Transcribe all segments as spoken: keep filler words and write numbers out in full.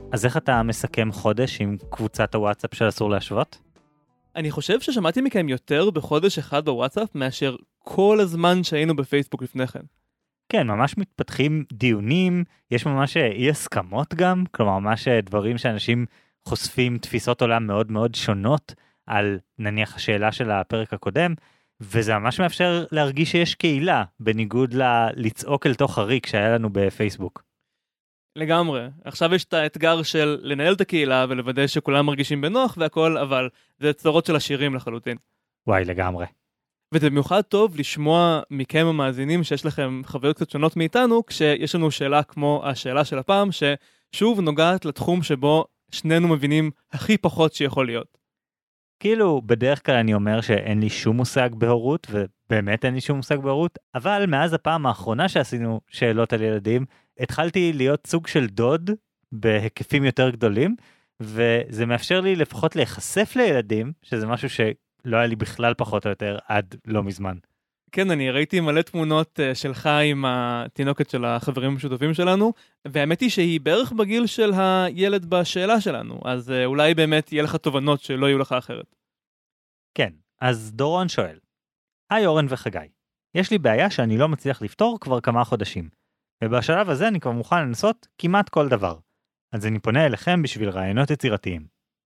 אז איך אתה מסכם חודש עם קבוצת הוואטסאפ של אסור להשוות? אני חושב ששמעתי מכם יותר בחודש אחד בוואטסאפ מאשר כל הזמן שהיינו בפייסבוק לפני כן. כן, ממש מתפתחים דיונים, יש ממש אי הסכמות גם, כלומר ממש דברים שאנשים חושפים תפיסות עולם מאוד מאוד שונות על נניח השאלה של הפרק הקודם, וזה ממש מאפשר להרגיש שיש קהילה, בניגוד לצעוק אל תוך הריק שהיה לנו בפייסבוק. לגמרי. עכשיו יש את האתגר של לנהל את הקהילה ולוודא שכולם מרגישים בנוח והכל, אבל זה צרות של השירים לחלוטין. וואי, לגמרי. וזה במיוחד טוב לשמוע מכם המאזינים שיש לכם חוויות קצת שונות מאיתנו, כשיש לנו שאלה כמו השאלה של הפעם, ששוב נוגעת לתחום שבו שנינו מבינים הכי פחות שיכול להיות. כאילו, בדרך כלל אני אומר שאין לי שום מושג בהורות, ובאמת אין לי שום מושג בהורות, אבל מאז הפעם האחרונה שעשינו שאלות על ילדים, התחלתי להיות סוג של דוד בהיקפים יותר גדולים, וזה מאפשר לי לפחות להיחשף לילדים, שזה משהו שלא היה לי בכלל פחות או יותר עד לא מזמן. כן, אני ראיתי מלא תמונות שלך עם התינוקת של החברים המשותפים שלנו, והאמת היא שהיא בערך בגיל של הילד בשאלה שלנו, אז אולי באמת יהיה לך תובנות שלא יהיו לך אחרת. כן, אז דורון שואל, היי אורן וחגי, יש לי בעיה שאני לא מצליח לפתור כבר כמה חודשים, ובשלב הזה אני כבר מוכן לנסות כמעט כל דבר, אז אני פונה אליכם בשביל רעיונות יצירתיים.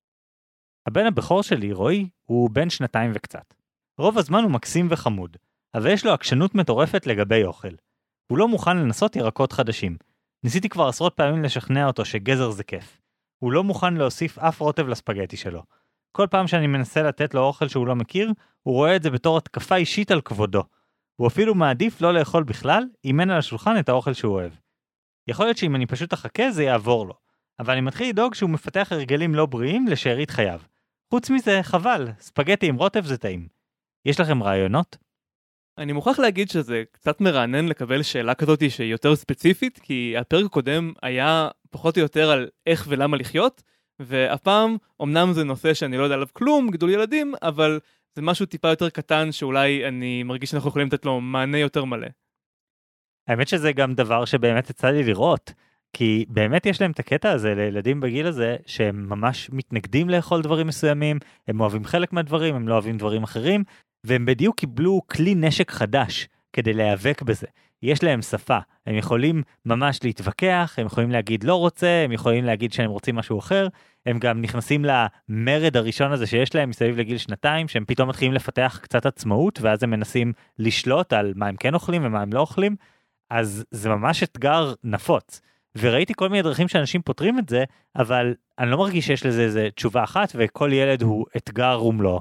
הבן הבכור שלי, רועי, הוא בן שנתיים וקצת. רוב הזמן הוא מקסים וחמוד, אבל יש לו עקשנות מטורפת לגבי אוכל. הוא לא מוכן לנסות ירקות חדשים. ניסיתי כבר עשרות פעמים לשכנע אותו שגזר זה כיף. הוא לא מוכן להוסיף אף רוטב לספגטי שלו. כל פעם שאני מנסה לתת לו אוכל שהוא לא מכיר, הוא רואה את זה בתור התקפה אישית על כבודו. הוא אפילו מעדיף לא לאכול בכלל, אם אין על השולחן את האוכל שהוא אוהב. יכול להיות שאם אני פשוט אחכה זה יעבור לו. אבל אני מתחיל לדאוג שהוא מפתח הרגלים לא בריאים לשארית חייו. חוץ מזה, חבל, ספגטי עם רוטב זה טעים. יש לכם רעיונות? אני מוכרח להגיד שזה קצת מרענן לקבל שאלה כזאת שהיא יותר ספציפית, כי הפרק הקודם היה פחות או יותר על איך ולמה לחיות, והפעם, אמנם זה נושא שאני לא יודע עליו כלום, גידול ילדים, אבל זה משהו טיפה יותר קטן שאולי אני מרגיש שאנחנו יכולים לתת לו מענה יותר מלא. האמת שזה גם דבר שבאמת יצא לי לראות, כי באמת יש להם את הקטע הזה לילדים בגיל הזה, שהם ממש מתנגדים לאכול דברים מסוימים, הם אוהבים חלק מהדברים, הם לא אוהבים דברים אחרים, והם בדיוק קיבלו כלי נשק חדש כדי להיאבק בזה. יש להם שפה, הם יכולים ממש להתווכח, הם יכולים להגיד לא רוצה, הם יכולים להגיד שהם רוצים משהו אחר, הם גם נכנסים למרד הראשון הזה שיש להם מסביב לגיל שנתיים, שהם פתאום מתחילים לפתח קצת עצמאות, ואז הם מנסים לשלוט על מה הם כן אוכלים ומה הם לא אוכלים, אז זה ממש אתגר נפוץ. וראיתי כל מיני דרכים שאנשים פותרים את זה, אבל אני לא מרגיש שיש לזה איזה תשובה אחת, וכל ילד הוא אתגר ומלוא.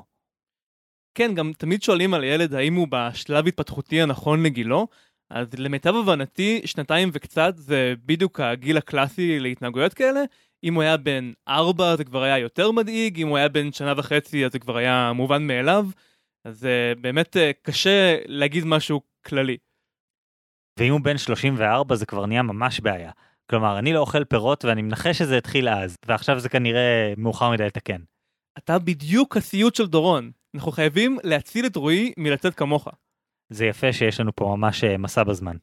כן, גם תמיד שואלים על ילד האם הוא בשלב התפתחותי הנכון לגילו, אז למיטב הבנתי, שנתיים וקצת זה בדיוק הגיל הקלאסי להתנהגויות כאלה. אם הוא היה בן ארבע זה כבר היה יותר מדאיג, אם הוא היה בן שנה וחצי אז זה כבר היה מובן מאליו, אז באמת קשה להגיד משהו כללי. ואם הוא בן שלושים וארבע זה כבר נהיה ממש בעיה. כלומר, אני לא אוכל פירות ואני מנחש שזה התחיל אז, ועכשיו זה כנראה מאוחר מדי לתקן. אתה בדיוק הסיוט של דורון. אנחנו חייבים להציל את רועי מלצאת כמוך. זה יפה שיש לנו פה ממש מסע בזמן.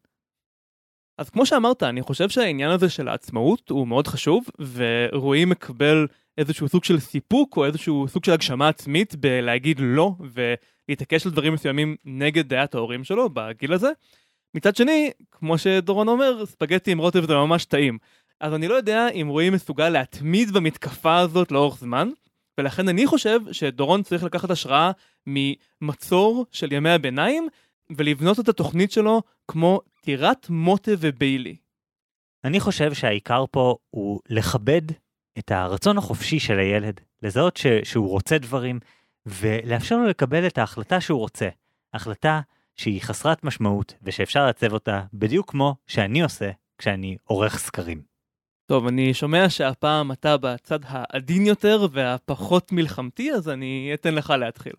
אז כמו שאמרת, אני חושב שהעניין הזה של העצמאות הוא מאוד חשוב, ורועי מקבל איזשהו סוג של סיפוק, או איזשהו סוג של הגשמה עצמית בלהגיד לא, ולהתעקש על דברים מסוימים נגד דעת ההורים שלו בגיל הזה. מצד שני, כמו שדורון אומר, ספגטי עם רוטב זה ממש טעים. אז אני לא יודע אם רועי מסוגל להתמיד במתקפה הזאת לאורך זמן, ולכן אני חושב שדורון צריך לקחת השראה ממצור של ימי הביניים, ולבנות את התוכנית שלו כמו טירת מוטה וביילי. אני חושב שהעיקר פה הוא לכבד את הרצון החופשי של הילד, לזהות ש- שהוא רוצה דברים, ולאפשר לו לקבל את ההחלטה שהוא רוצה. החלטה שהיא חסרת משמעות, ושאפשר לעצב אותה בדיוק כמו שאני עושה כשאני עורך סקרים. טוב, אני שומע שהפעם אתה בצד העדין יותר והפחות מלחמתי, אז אני אתן לך להתחיל.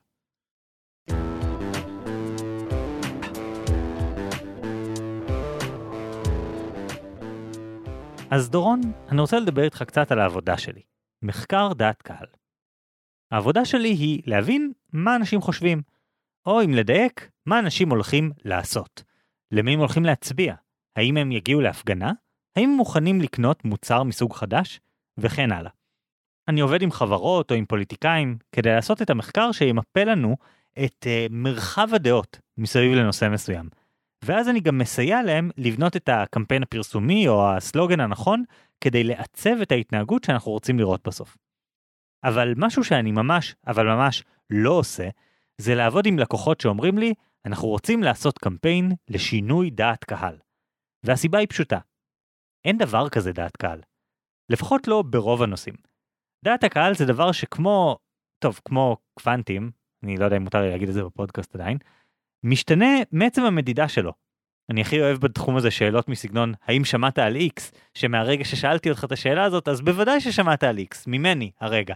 אז דורון, אני רוצה לדבר איתך קצת על העבודה שלי. מחקר דעת קהל. העבודה שלי היא להבין מה אנשים חושבים, או אם לדייק, מה אנשים הולכים לעשות. למי הם הולכים להצביע? האם הם יגיעו להפגנה? האם הם מוכנים לקנות מוצר מסוג חדש? וכן הלאה. אני עובד עם חברות או עם פוליטיקאים כדי לעשות את המחקר שימפה לנו את uh, מרחב הדעות מסביב לנושא מסוים. ואז אני גם מסייע להם לבנות את הקמפיין הפרסומי או הסלוגן הנכון כדי לעצב את ההתנהגות שאנחנו רוצים לראות בסוף. אבל משהו שאני ממש, אבל ממש לא עושה, זה לעבוד עם לקוחות שאומרים לי, אנחנו רוצים לעשות קמפיין לשינוי דעת קהל. והסיבה היא פשוטה. אין דבר כזה דעת קהל. לפחות לא ברוב הנושאים. דעת הקהל זה דבר שכמו, טוב, כמו קוונטים, אני לא יודע אם מותר לי להגיד את זה בפודקאסט עדיין, משתנה מעצם המדידה שלו. אני הכי אוהב בתחום הזה שאלות מסגנון, האם שמעת על X, שמהרגע ששאלתי אותך את השאלה הזאת, אז בוודאי ששמעת על X, ממני, הרגע.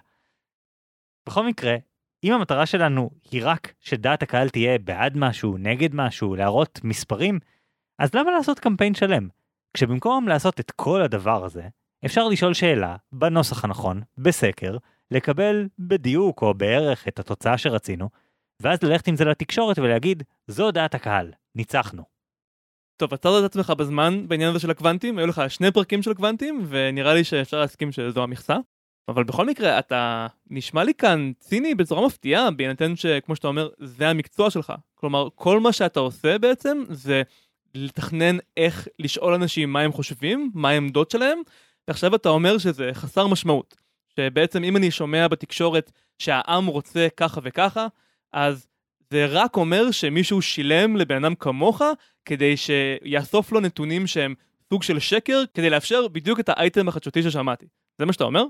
בכל מקרה, אם המטרה שלנו היא רק שדעת הקהל תהיה בעד משהו, נגד משהו, להראות מספרים, אז למה לעשות קמפיין שלם? כשבמקום לעשות את כל הדבר הזה, אפשר לשאול שאלה, בנוסח הנכון, בסקר, לקבל בדיוק או בערך את התוצאה שרצינו, ואז ללכת עם זה לתקשורת ולהגיד, זו דעת הקהל, ניצחנו. טוב, עצרת את עצמך בזמן בעניין הזה של הקוונטים, היו לך שני פרקים של קוונטים, ונראה לי שאפשר להסכים שזו המכסה. אבל בכל מקרה, אתה נשמע לי כאן ציני בצורה מפתיעה, בהינתן שכמו שאתה אומר, זה המקצוע שלך. כלומר, כל מה שאתה עושה בעצם, זה לתכנן איך לשאול אנשים מה הם חושבים, מה העמדות שלהם, ועכשיו אתה אומר שזה חסר משמעות. שבעצם אם אני שומע בתקשורת שהעם רוצה ככה וככה, אז זה רק אומר שמישהו שילם לבן אדם כמוך, כדי שיאסוף לו נתונים שהם סוג של שקר, כדי לאפשר בדיוק את האייטם החדשותי ששמעתי. זה מה שאתה אומר?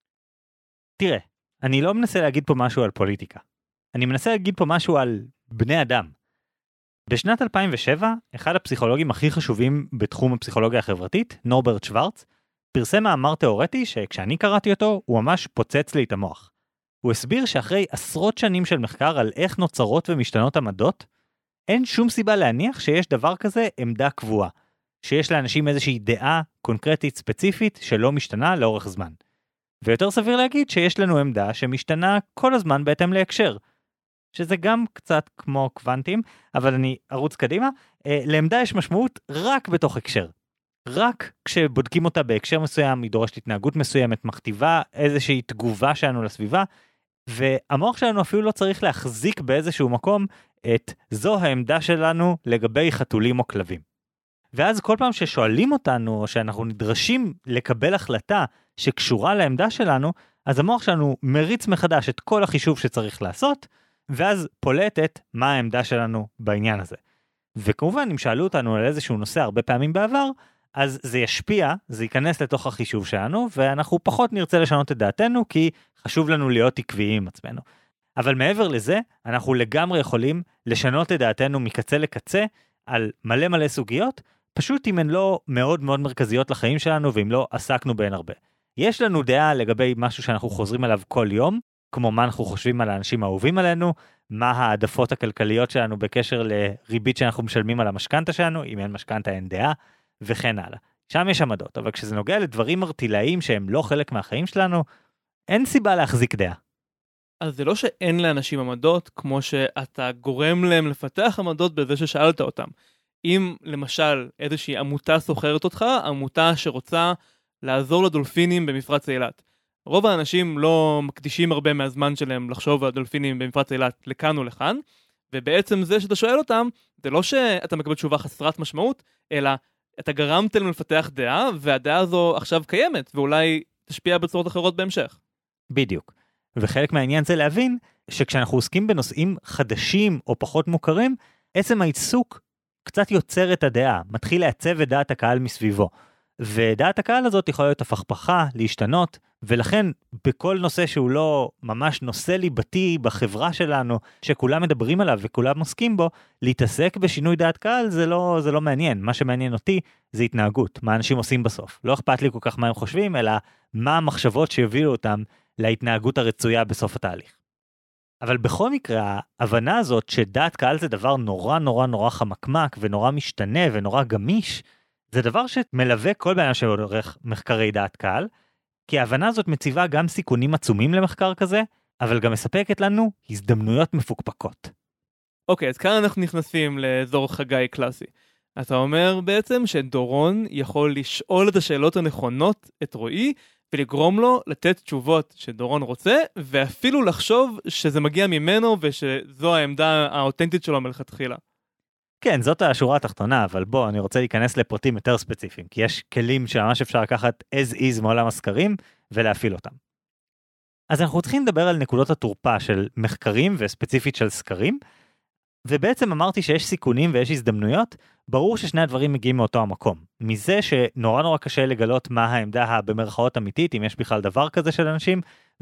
תראה, אני לא מנסה להגיד פה משהו על פוליטיקה. אני מנסה להגיד פה משהו על בני אדם. בשנת אלפיים ושבע, אחד הפסיכולוגים הכי חשובים בתחום הפסיכולוגיה החברתית, נורברט שוורץ, פרסם מאמר תיאורטי שכשאני קראתי אותו, הוא ממש פוצץ לי את המוח. הוא הסביר שאחרי עשרות שנים של מחקר על איך נוצרות ומשתנות עמדות, אין שום סיבה להניח שיש דבר כזה עמדה קבועה, שיש לאנשים איזושהי דעה קונקרטית ספציפית שלא משתנה לאורך זמן. ויותר סביר להגיד שיש לנו עמדה שמשתנה כל הזמן בהתאם להקשר, שזה גם קצת כמו קוונטים, אבל אני ארוץ קדימה, לעמדה יש משמעות רק בתוך הקשר. רק כשבודקים אותה בהקשר מסוים, היא דורשת התנהגות מסוימת, מכתיבה איזושהי תגובה שלנו לסביבה, והמוח שלנו אפילו לא צריך להחזיק באיזשהו מקום את זו העמדה שלנו לגבי חתולים או כלבים. ואז כל פעם ששואלים אותנו, או שאנחנו נדרשים לקבל החלטה שקשורה לעמדה שלנו, אז המוח שלנו מריץ מחדש את כל החישוב שצריך לעשות, ואז פולטת מה העמדה שלנו בעניין הזה. וכמובן, אם שאלו אותנו על איזשהו נושא הרבה פעמים בעבר, אז זה ישפיע, זה ייכנס לתוך החישוב שלנו, ואנחנו פחות נרצה לשנות את דעתנו, כי חשוב לנו להיות עקביים עם עצמנו. אבל מעבר לזה, אנחנו לגמרי יכולים לשנות את דעתנו מקצה לקצה, על מלא מלא סוגיות, פשוט אם הן לא מאוד מאוד מרכזיות לחיים שלנו, ואם לא עסקנו בהן הרבה. יש לנו דעה לגבי משהו שאנחנו חוזרים עליו כל יום, כמו מה אנחנו חושבים על האנשים האהובים עלינו, מה העדפות הכלכליות שלנו בקשר לריבית שאנחנו משלמים על המשכנתה שלנו, אם אין משכנתה אין דעה, וכן הלאה. שם יש עמדות, אבל כשזה נוגע לדברים מרתילאיים שהם לא חלק מהחיים שלנו, אין סיבה להחזיק דעה. אז זה לא שאין לאנשים עמדות, כמו שאתה גורם להם לפתח עמדות בזה ששאלת אותם. אם למשל איזושהי עמותה סוחרת אותך, עמותה שרוצה לעזור לדולפינים במפרץ אילת. רוב האנשים לא מקדישים הרבה מהזמן שלהם לחשוב על הדולפינים במפרץ אילת לכאן או לכאן, ובעצם זה שאתה שואל אותם, זה לא שאתה מקבל תשובה חסרת משמעות, אלא אתה גרמת להם לפתח דעה, והדעה הזו עכשיו קיימת, ואולי תשפיע בצורות אחרות בהמשך. בדיוק. וחלק מהעניין זה להבין שכשאנחנו עוסקים בנושאים חדשים או פחות מוכרים, עצם העיסוק קצת יוצר את הדעה, מתחיל לעצב את דעת הקהל מסביבו. ודעת הקהל הזאת יכולה להיות הפכפכה, להשתנות, ולכן בכל נושא שהוא לא ממש נושא ליבתי בחברה שלנו, שכולם מדברים עליו וכולם עוסקים בו, להתעסק בשינוי דעת קהל זה לא, זה לא מעניין. מה שמעניין אותי זה התנהגות, מה אנשים עושים בסוף. לא אכפת לי כל כך מה הם חושבים, אלא מה המחשבות שיובילו אותם להתנהגות הרצויה בסוף התהליך. אבל בכל מקרה, ההבנה הזאת שדעת קהל זה דבר נורא נורא נורא חמקמק ונורא משתנה ונורא גמיש, זה דבר שמלווה כל בעיה שעורך מחקרי דעת קהל, כי ההבנה הזאת מציבה גם סיכונים עצומים למחקר כזה, אבל גם מספקת לנו הזדמנויות מפוקפקות. אוקיי, אז כאן אנחנו נכנסים לאזור חגי קלאסי. אתה אומר בעצם שדורון יכול לשאול את השאלות הנכונות את רועי, ולגרום לו לתת תשובות שדורון רוצה, ואפילו לחשוב שזה מגיע ממנו ושזו העמדה האותנטית שלו מלכתחילה. כן, זאת השורה התחתונה, אבל בוא, אני רוצה להיכנס לפרטים יותר ספציפיים, כי יש כלים שממש אפשר לקחת as is מעולם הסקרים ולהפעיל אותם. אז אנחנו צריכים לדבר על נקודות התורפה של מחקרים וספציפית של סקרים, ובעצם אמרתי שיש סיכונים ויש הזדמנויות, ברור ששני הדברים מגיעים מאותו המקום. מזה שנורא נורא קשה לגלות מה העמדה במרכאות אמיתית, אם יש בכלל דבר כזה של אנשים,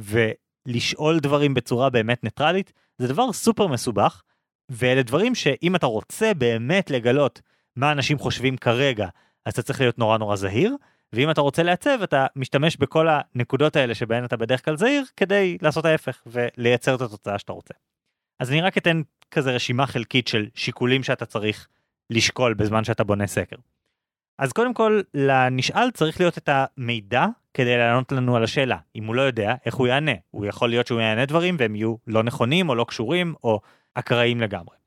ולשאול דברים בצורה באמת ניטרלית, זה דבר סופר מסובך, ואלה דברים שאם אתה רוצה באמת לגלות מה אנשים חושבים כרגע, אז אתה צריך להיות נורא נורא זהיר, ואם אתה רוצה לעצב, אתה משתמש בכל הנקודות האלה שבהן אתה בדרך כלל זהיר, כדי לעשות ההפך ולייצר את התוצאה שאתה רוצה. אז אני רק אתן כזה רשימה חלקית של שיקולים שאתה צריך לשקול בזמן שאתה בונה סקר. אז קודם כל, לנשאל צריך להיות את המידע כדי לענות לנו על השאלה. אם הוא לא יודע, איך הוא יענה? הוא יכול להיות שהוא יענה דברים והם יהיו לא נכונים או לא קשורים או אקראיים לגמרי.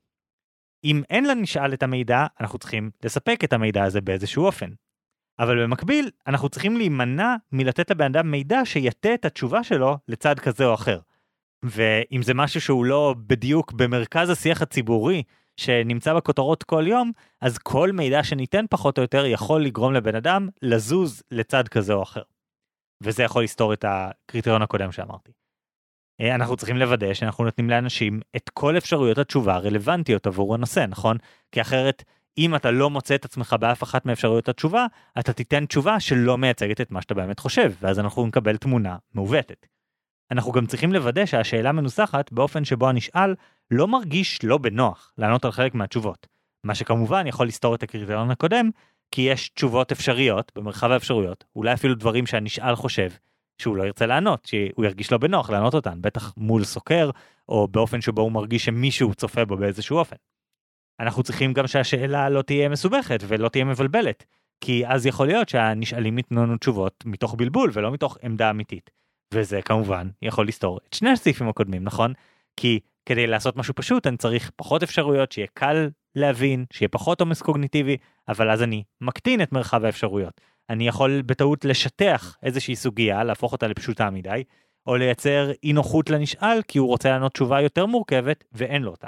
אם אין לנשאל את המידע, אנחנו צריכים לספק את המידע הזה באיזשהו אופן. אבל במקביל, אנחנו צריכים להימנע מלתת לבן אדם מידע שיתה את התשובה שלו לצד כזה או אחר. ואם זה משהו שהוא לא בדיוק במרכז השיח הציבורי שנמצא בכותרות כל יום, אז כל מידע שניתן פחות או יותר יכול לגרום לבן אדם לזוז לצד כזה או אחר. וזה יכול לסתור את הקריטריון הקודם שאמרתי. אנחנו צריכים לוודא שאנחנו נותנים לאנשים את כל אפשרויות התשובה הרלוונטיות עבור הנושא, נכון? כי אחרת, אם אתה לא מוצא את עצמך באף אחת מאפשרויות התשובה, אתה תיתן תשובה שלא מייצגת את מה שאתה באמת חושב, ואז אנחנו נקבל תמונה מעוותת. אנחנו גם צריכים לוודא שהשאלה מנוסחת באופן שבו הנשאל לא מרגיש לא בנוח לענות על חלק מהתשובות. מה שכמובן יכול לסתור את הקריטריון הקודם, כי יש תשובות אפשריות במרחב האפשרויות, אולי אפילו דברים שהנשאל חושב שהוא לא ירצה לענות, שהוא ירגיש לא בנוח לענות אותן, בטח מול סוקר, או באופן שבו הוא מרגיש שמישהו צופה בו באיזשהו אופן. אנחנו צריכים גם שהשאלה לא תהיה מסובכת ולא תהיה מבלבלת, כי אז יכול להיות שהנשאלים ייתנו לנו תשובות מתוך בלבול ולא מתוך עמדה אמיתית. וזה כמובן יכול לסתור את שני הסעיפים הקודמים, נכון? כי כדי לעשות משהו פשוט אני צריך פחות אפשרויות, שיהיה קל להבין, שיהיה פחות עומס קוגניטיבי, אבל אז אני מקטין את מרחב האפשרויות. אני יכול בטעות לשטח איזושהי סוגיה, להפוך אותה לפשוטה מדי, או לייצר אי נוחות לנשאל, כי הוא רוצה לענות תשובה יותר מורכבת, ואין לו אותה.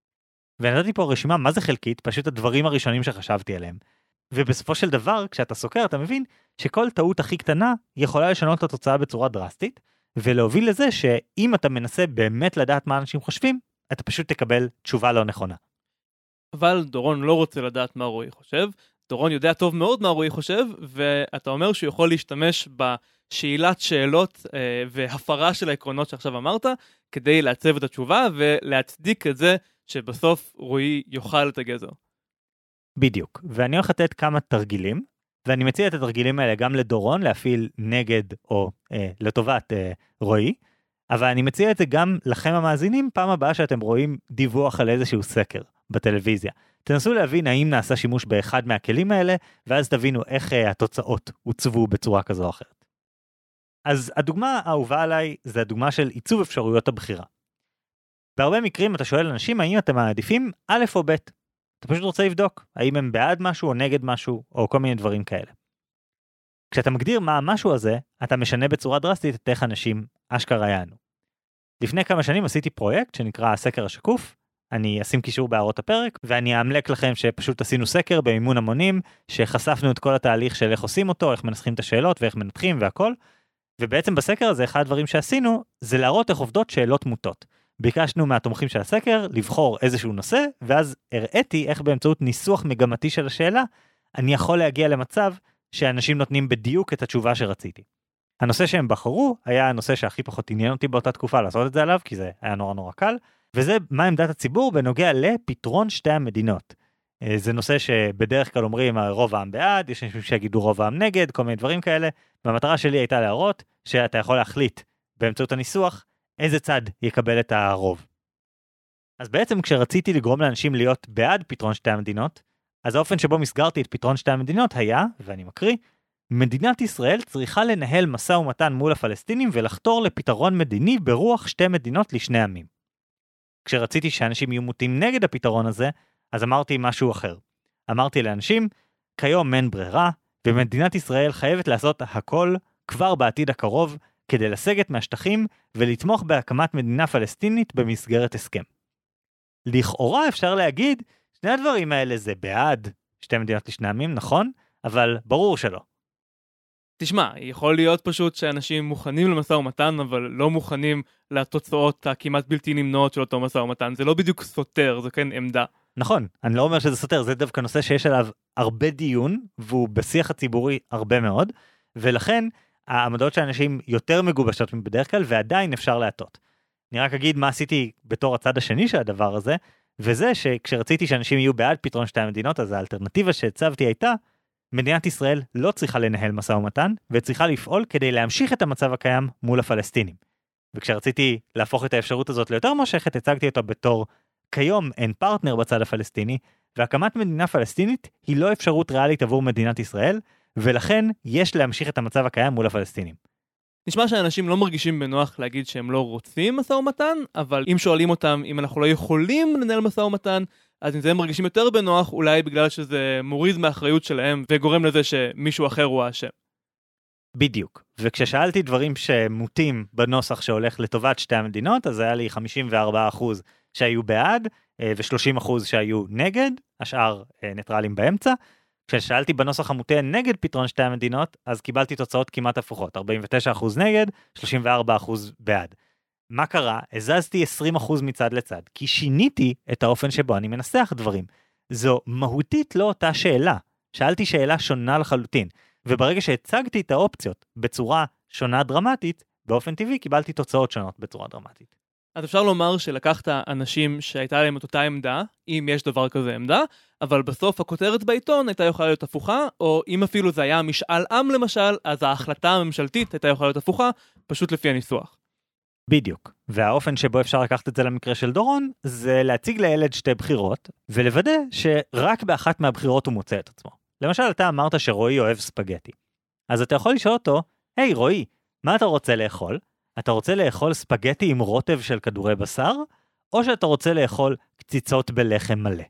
ונתתי פה רשימה מה זה חלקית, פשוט הדברים הראשונים שחשבתי עליהם. ובסופו של דבר, כשאתה סוקר, אתה מבין שכל טעות הכי קטנה יכולה לשנות את התוצאה בצורה דרסטית, ולהוביל לזה שאם אתה מנסה באמת לדעת מה אנשים חושבים, אתה פשוט תקבל תשובה לא נכונה. אבל דורון לא רוצה לדעת מה רועי חושב, דורון יודע טוב מאוד מה רועי חושב, ואתה אומר שהוא יכול להשתמש בשאלת שאלות אה, והפרה של העקרונות שעכשיו אמרת, כדי לעצב את התשובה ולהצדיק את זה שבסוף רועי יאכל את הגזר. בדיוק, ואני הולך לתת כמה תרגילים, ואני מציע את התרגילים האלה גם לדורון להפעיל נגד או אה, לטובת אה, רועי, אבל אני מציע את זה גם לכם המאזינים פעם הבאה שאתם רואים דיווח על איזשהו סקר בטלוויזיה. תנסו להבין האם נעשה שימוש באחד מהכלים האלה, ואז תבינו איך אה, התוצאות הוצבו בצורה כזו או אחרת. אז הדוגמה האהובה עליי זה הדוגמה של עיצוב אפשרויות הבחירה. בהרבה מקרים אתה שואל אנשים האם אתם מעדיפים א' או ב'. אתה פשוט רוצה לבדוק האם הם בעד משהו או נגד משהו או כל מיני דברים כאלה. כשאתה מגדיר מה המשהו הזה, אתה משנה בצורה דרסטית את איך אנשים אשכרה יענו. לפני כמה שנים עשיתי פרויקט שנקרא הסקר השקוף, אני אשים קישור בהערות הפרק, ואני אעמלק לכם שפשוט עשינו סקר במימון המונים, שחשפנו את כל התהליך של איך עושים אותו, איך מנסחים את השאלות ואיך מנתחים והכל, ובעצם בסקר הזה אחד הדברים שעשינו, זה להראות איך עובדות שאלות מוטות. ביקשנו מהתומכים של הסקר לבחור איזשהו נושא, ואז הראיתי איך באמצעות ניסוח מגמתי של השאלה, אני יכול להגיע למצב שאנשים נותנים בדיוק את התשובה שרציתי. הנושא שהם בחרו היה הנושא שהכי פחות עניין אותי באותה תקופה לעשות את זה עליו, כי זה היה נורא נורא קל, וזה מה עמדת הציבור בנוגע לפתרון שתי המדינות. זה נושא שבדרך כלל אומרים רוב העם בעד, יש אנשים שיגידו רוב העם נגד, כל מיני דברים כאלה, והמטרה שלי הייתה להראות שאתה יכול להחליט באמצעות הניסוח איזה צד יקבל את הרוב. אז בעצם כשרציתי לגרום לאנשים להיות בעד פתרון שתי המדינות, אז האופן שבו מסגרתי את פתרון שתי המדינות היה, ואני מקריא, מדינת ישראל צריכה לנהל משא ומתן מול הפלסטינים ולחתור לפתרון מדיני ברוח שתי מדינות לשני עמים. כשרציתי שאנשים יהיו מוטים נגד הפתרון הזה, אז אמרתי משהו אחר. אמרתי לאנשים, כיום אין ברירה, ומדינת ישראל חייבת לעשות הכל כבר בעתיד הקרוב כדי לסגת מהשטחים ולתמוך בהקמת מדינה פלסטינית במסגרת הסכם. לכאורה אפשר להגיד, שני הדברים האלה זה בעד שתי מדינות לשני עמים, נכון? אבל ברור שלא. תשמע, יכול להיות פשוט שאנשים מוכנים למשא ומתן, אבל לא מוכנים לתוצאות הכמעט בלתי נמנעות של אותו משא ומתן. זה לא בדיוק סותר, זה כן עמדה. נכון, אני לא אומר שזה סותר, זה דווקא נושא שיש עליו הרבה דיון, והוא בשיח הציבורי הרבה מאוד, ולכן העמדות של אנשים יותר מגובשות מבדרך כלל, ועדיין אפשר להטות. אני רק אגיד מה עשיתי בתור הצד השני של הדבר הזה, וזה שכשרציתי שאנשים יהיו בעד פתרון שתי המדינות, אז האלטרנטיבה שהצבתי הייתה, מדינת ישראל לא צריכה לנהל משא ומתן, וצריכה לפעול כדי להמשיך את המצב הקיים מול הפלסטינים. וכשרציתי להפוך את האפשרות הזאת ליותר מושכת, הצגתי אותה בתור, כיום אין פרטנר בצד הפלסטיני, והקמת מדינה פלסטינית היא לא אפשרות ריאלית עבור מדינת ישראל, ולכן יש להמשיך את המצב הקיים מול הפלסטינים. נשמע שאנשים לא מרגישים בנוח להגיד שהם לא רוצים משא ומתן, אבל אם שואלים אותם אם אנחנו לא יכולים לנהל משא ומתן, אז אם זה הם מרגישים יותר בנוח, אולי בגלל שזה מוריד מהאחריות שלהם, וגורם לזה שמישהו אחר הוא האשם. בדיוק. וכששאלתי דברים שמוטים בנוסח שהולך לטובת שתי המדינות, אז היה לי חמישים וארבעה אחוז שהיו בעד, ו-שלושים אחוז שהיו נגד, השאר ניטרלים באמצע. כששאלתי בנוסח המוטה נגד פתרון שתי המדינות, אז קיבלתי תוצאות כמעט הפוכות, ארבעים ותשעה אחוז נגד, שלושים וארבעה אחוז בעד. מה קרה? הזזתי עשרים אחוז מצד לצד, כי שיניתי את האופן שבו אני מנסח דברים. זו מהותית לא אותה שאלה. שאלתי שאלה שונה לחלוטין, וברגע שהצגתי את האופציות בצורה שונה דרמטית, באופן טבעי קיבלתי תוצאות שונות בצורה דרמטית. אז אפשר לומר שלקחת אנשים שהייתה להם את אותה עמדה, אם יש דבר כזה עמדה, אבל בסוף הכותרת בעיתון הייתה יכולה להיות הפוכה, או אם אפילו זה היה משאל עם למשל, אז ההחלטה הממשלתית הייתה יכולה להיות הפוכה, פשוט לפי הניסוח. בדיוק. והאופן שבו אפשר לקחת את זה למקרה של דורון, זה להציג לילד שתי בחירות, ולוודא שרק באחת מהבחירות הוא מוצא את עצמו. למשל, אתה אמרת שרועי אוהב ספגטי. אז אתה יכול לשאול אותו, היי רועי, מה אתה רוצה לאכול? אתה רוצה לאכול ספגטי עם רוטב של כדורי בשר, או שאתה רוצה לאכול קציצות בלחם מלא?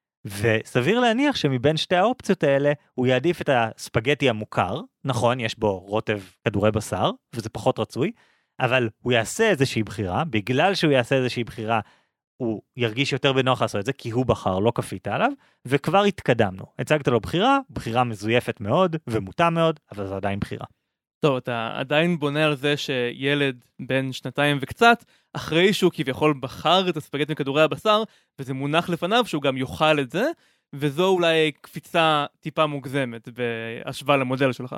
וסביר להניח שמבין שתי האופציות האלה, הוא יעדיף את הספגטי המוכר, נכון, יש בו רוטב כדורי בשר, וזה פחות רצוי, אבל הוא יעשה איזושהי בחירה, בגלל שהוא יעשה איזושהי בחירה, הוא ירגיש יותר בנוח לעשות את זה, כי הוא בחר, לא כפית עליו, וכבר התקדמנו. הצגת לו בחירה, בחירה מזויפת מאוד, ומוטה מאוד, אבל זו עדיין בחירה. טוב, אתה עדיין בונה על זה שילד בן שנתיים וקצת, אחרי שהוא כביכול בחר את הספגטי מכדורי הבשר, וזה מונח לפניו שהוא גם יאכל את זה, וזו אולי קפיצה טיפה מוגזמת בהשוואה למודל שלך.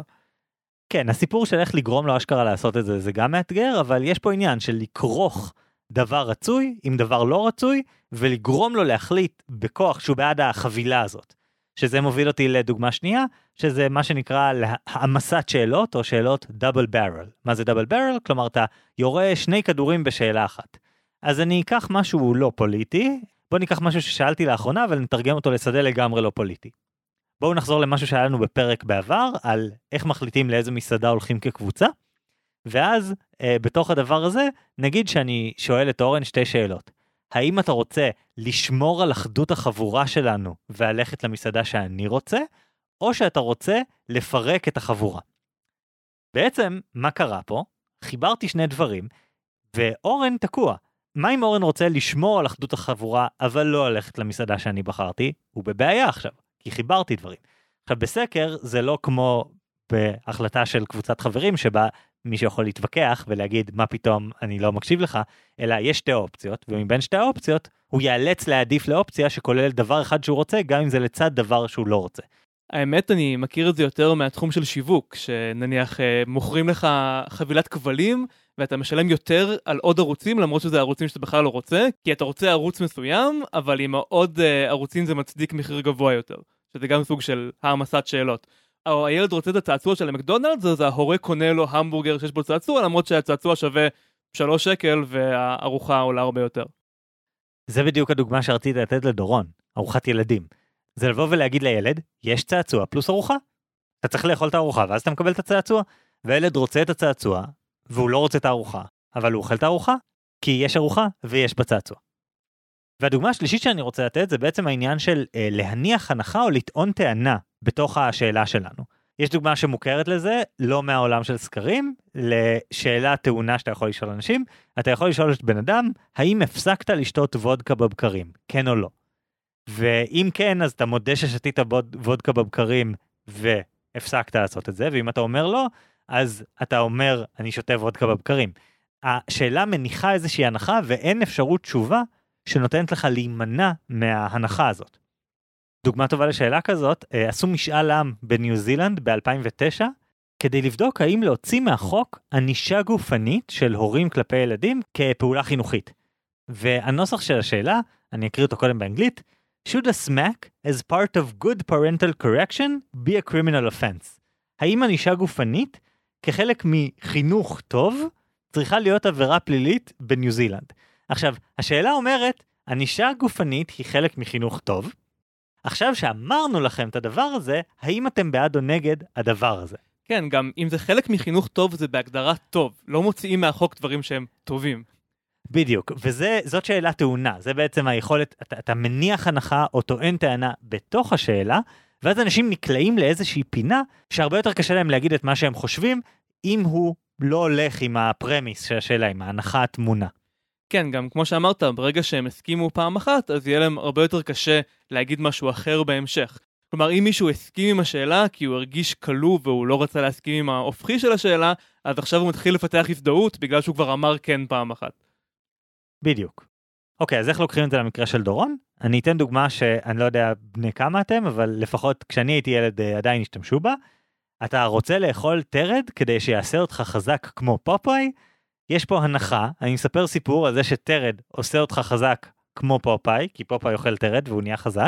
כן, הסיפור של איך לגרום לו אשכרה לעשות את זה, זה גם מאתגר, אבל יש פה עניין של לקרוך דבר רצוי עם דבר לא רצוי, ולגרום לו להחליט בכוח שהוא בעד החבילה הזאת. שזה מוביל אותי לדוגמה שנייה, שזה מה שנקרא העמסת שאלות, או שאלות דאבל ברל. מה זה דאבל ברל? כלומר, אתה יורה שני כדורים בשאלה אחת. אז אני אקח משהו לא פוליטי, בוא ניקח משהו ששאלתי לאחרונה, אבל נתרגם אותו לשדה לגמרי לא פוליטי. בואו נחזור למשהו שהיה לנו בפרק בעבר, על איך מחליטים לאיזו מסעדה הולכים כקבוצה, ואז אה, בתוך הדבר הזה, נגיד שאני שואל את אורן שתי שאלות. האם אתה רוצה לשמור על אחדות החבורה שלנו, והלכת למסעדה שאני רוצה, או שאתה רוצה לפרק את החבורה? בעצם, מה קרה פה? חיברתי שני דברים, ואורן תקוע. מה אם אורן רוצה לשמור על אחדות החבורה, אבל לא ללכת למסעדה שאני בחרתי? הוא בבעיה עכשיו. כי חיברתי דברים. עכשיו, בסקר זה לא כמו בהחלטה של קבוצת חברים, שבה מי שיכול להתווכח ולהגיד מה פתאום אני לא מקשיב לך, אלא יש שתי אופציות, ומבין שתי האופציות, הוא יאלץ להעדיף לאופציה שכולל דבר אחד שהוא רוצה, גם אם זה לצד דבר שהוא לא רוצה. האמת, אני מכיר את זה יותר מהתחום של שיווק, שנניח מוכרים לך חבילת כבלים, ואתה משלם יותר על עוד ערוצים, למרות שזה ערוצים שאתה בכלל לא רוצה, כי אתה רוצה ערוץ מסוים, אבל עם עוד ערוצים זה מצדיק מחיר גבוה יותר, שזה גם סוג של העמסת שאלות. או הילד רוצה את הצעצוע של המקדונלדס, אז ההורה קונה לו המבורגר שיש בו צעצוע, למרות שהצעצוע שווה שלוש שקל, והארוחה עולה הרבה יותר. זה בדיוק הדוגמה שרציתי לתת לדורון, ארוחת ילדים. זה לבוא ולהגיד לילד, יש צעצוע פלוס ארוחה. אתה צריך לאכול את הארוחה, ואז אתה מקבל את הצעצוע, והילד רוצה את הצעצוע, והוא לא רוצה את הארוחה, אבל הוא אוכל את הארוחה, כי יש ארוחה ויש בצעצוע. והדוגמה השלישית שאני רוצה לתת, זה בעצם העניין של אה, להניח הנחה או לטעון טענה בתוך השאלה שלנו. יש דוגמה שמוכרת לזה, לא מהעולם של סקרים, לשאלה טעונה שאתה יכול לשאול אנשים, אתה יכול לשאול את בן אדם, האם הפסקת לשתות וודקה בבקרים, כן או לא? ואם כן, אז אתה מודה ששתית וודקה בבקרים והפסקת לעשות את זה, ואם אתה אומר לא, אז אתה אומר, אני שותה וודקה בבקרים. השאלה מניחה איזושהי הנחה, ואין אפשרות תשובה שנותנת לך להימנע מההנחה הזאת. דוגמה טובה לשאלה כזאת, עשו משאל עם בניו זילנד ב-אלפיים ותשע, כדי לבדוק האם להוציא מהחוק ענישה גופנית של הורים כלפי ילדים כפעולה חינוכית. והנוסח של השאלה, אני אקריא אותו קודם באנגלית, Should a smack as part of good parental correction be a criminal offense? האם ענישה גופנית, כחלק מחינוך טוב, צריכה להיות עבירה פלילית בניו זילנד? עכשיו, השאלה אומרת, ענישה גופנית היא חלק מחינוך טוב, עכשיו שאמרנו לכם את הדבר הזה, האם אתם בעד או נגד הדבר הזה? כן, גם אם זה חלק מחינוך טוב, זה בהגדרה טוב. לא מוציאים מהחוק דברים שהם טובים. בדיוק, וזאת שאלה טעונה. זה בעצם היכולת, אתה, אתה מניח הנחה או טוען טענה בתוך השאלה, ואז אנשים נקלעים לאיזושהי פינה, שהרבה יותר קשה להם להגיד את מה שהם חושבים, אם הוא לא הולך עם הפרמיס של השאלה, עם ההנחה התמונה. כן, גם כמו שאמרת, ברגע שהם הסכימו פעם אחת, אז יהיה להם הרבה יותר קשה להגיד משהו אחר בהמשך. כלומר, אם מישהו הסכים עם השאלה, כי הוא הרגיש קלו והוא לא רצה להסכים עם ההופכי של השאלה, אז עכשיו הוא מתחיל לפתח הזדהות, בגלל שהוא כבר אמר כן פעם אחת. בדיוק. אוקיי, אז איך לוקחים את זה למקרה של דורון? אני אתן דוגמה שאני לא יודע בני כמה אתם, אבל לפחות כשאני הייתי ילד עדיין השתמשו בה. אתה רוצה לאכול תרד כדי שיעשה אותך חזק כמו פופאי? יש פה הנחה, אני מספר סיפור על זה שתרד עושה אותך חזק כמו פופאי, כי פופאי אוכל תרד והוא נהיה חזק,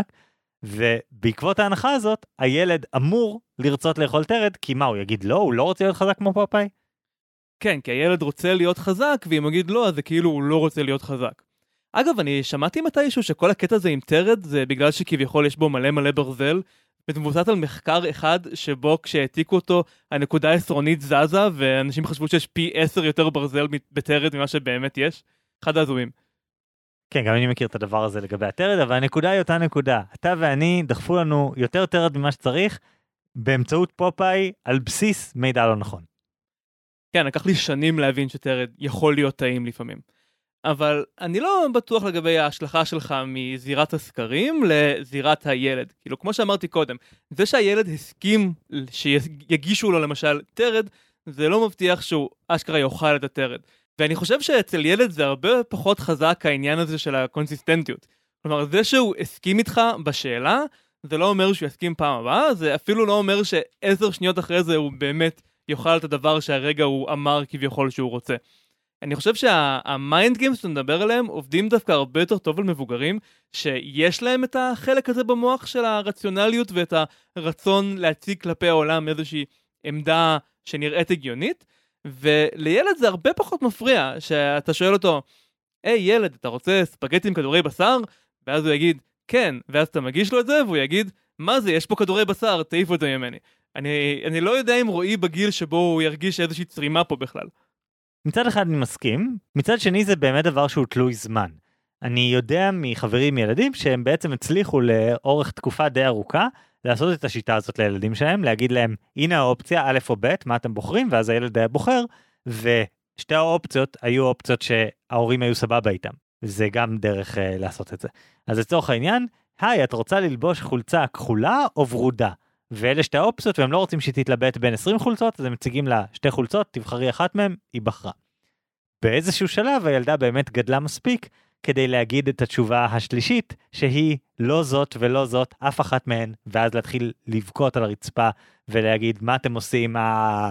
ובעקבות ההנחה הזאת, הילד אמור לרצות לאכול תרד, כי מה, הוא יגיד לא, הוא לא רוצה להיות חזק כמו פופאי? כן, כי הילד רוצה להיות חזק, ואם הוא יגיד לא, אז זה כאילו הוא לא רוצה להיות חזק. אגב, אני שמעתי מתישהו שכל הקטע הזה עם תרד, זה בגלל שכביכול יש בו מלא מלא ברזל, ומבוסס על מחקר אחד שבו כשהעתיקו אותו הנקודה העשרונית זזה, ואנשים חשבו שיש פי עשר יותר ברזל בתרד ממה שבאמת יש. אחד הזויים. כן, גם אני מכיר את הדבר הזה לגבי התרד, אבל הנקודה היא אותה נקודה. אתה ואני דחפו לנו יותר תרד ממה שצריך, באמצעות פופאי על בסיס מידע לא נכון. כן, לקח לי שנים להבין שתרד יכול להיות טעים לפעמים. אבל אני לא בטוח לגבי ההשלכה שלך מזירת הסקרים לזירת הילד. כאילו, כמו שאמרתי קודם, זה שהילד הסכים שיגישו לו למשל תרד, זה לא מבטיח שהוא אשכרה יאכל את התרד. ואני חושב שאצל ילד זה הרבה פחות חזק העניין הזה של הקונסיסטנטיות. כלומר, זה שהוא הסכים איתך בשאלה, זה לא אומר שהוא יסכים פעם הבאה, זה אפילו לא אומר שעשר שניות אחרי זה הוא באמת יאכל את הדבר שהרגע הוא אמר כביכול שהוא רוצה. אני חושב שהמיינד גיימס שאתה מדבר עליהם עובדים דווקא הרבה יותר טוב על מבוגרים, שיש להם את החלק הזה במוח של הרציונליות ואת הרצון להציג כלפי העולם איזושהי עמדה שנראית הגיונית, ולילד זה הרבה פחות מפריע, שאתה שואל אותו, היי ילד, אתה רוצה ספגטי עם כדורי בשר? ואז הוא יגיד, כן, ואז אתה מגיש לו את זה, והוא יגיד, מה זה, יש פה כדורי בשר, תעיפו את זה ממני. אני, אני לא יודע אם רואי בגיל שבו הוא ירגיש איזושהי צרימה פה בכלל. מצד אחד אני מסכים, מצד שני זה באמת דבר שהוא תלוי זמן. אני יודע מחברים ילדים שהם בעצם הצליחו לאורך תקופה די ארוכה, לעשות את השיטה הזאת לילדים שלהם, להגיד להם, הנה האופציה, א' או ב', מה אתם בוחרים? ואז הילד היה בוחר, ושתי האופציות היו אופציות שההורים היו סבבה איתם. וזה גם דרך uh, לעשות את זה. אז לצורך העניין, היי, את רוצה ללבוש חולצה כחולה או ורודה? ואלה שתי האופציות, והם לא רוצים שתתלבט בין עשרים חולצות, אז הם מציגים לה שתי חולצות, תבחרי אחת מהם, היא בחרה. באיזשהו שלב הילדה באמת גדלה מספיק, כדי להגיד את התשובה השלישית, שהיא לא זאת ולא זאת, אף אחת מהן, ואז להתחיל לבכות על הרצפה, ולהגיד מה אתם עושים, אה...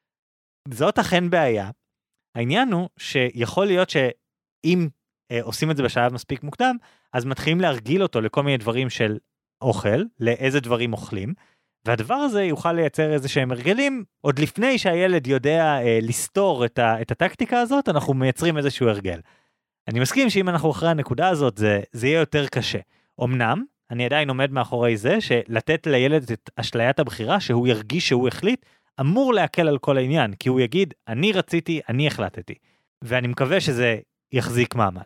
זאת אכן בעיה. העניין הוא שיכול להיות שאם אה, עושים את זה בשלב מספיק מוקדם, אז מתחילים להרגיל אותו לכל מיני דברים של אוכל, לאיזה דברים אוכלים, והדבר הזה יוכל לייצר איזה שהם הרגלים, עוד לפני שהילד יודע אה, לסתור את, ה, את הטקטיקה הזאת, אנחנו מייצרים איזשהו הרגל. אני מסכים שאם אנחנו אחרי הנקודה הזאת, זה, זה יהיה יותר קשה. אמנם, אני עדיין עומד מאחורי זה, שלתת לילד את אשליית הבחירה, שהוא ירגיש שהוא החליט, אמור להקל על כל העניין, כי הוא יגיד, אני רציתי, אני החלטתי. ואני מקווה שזה יחזיק מעמד.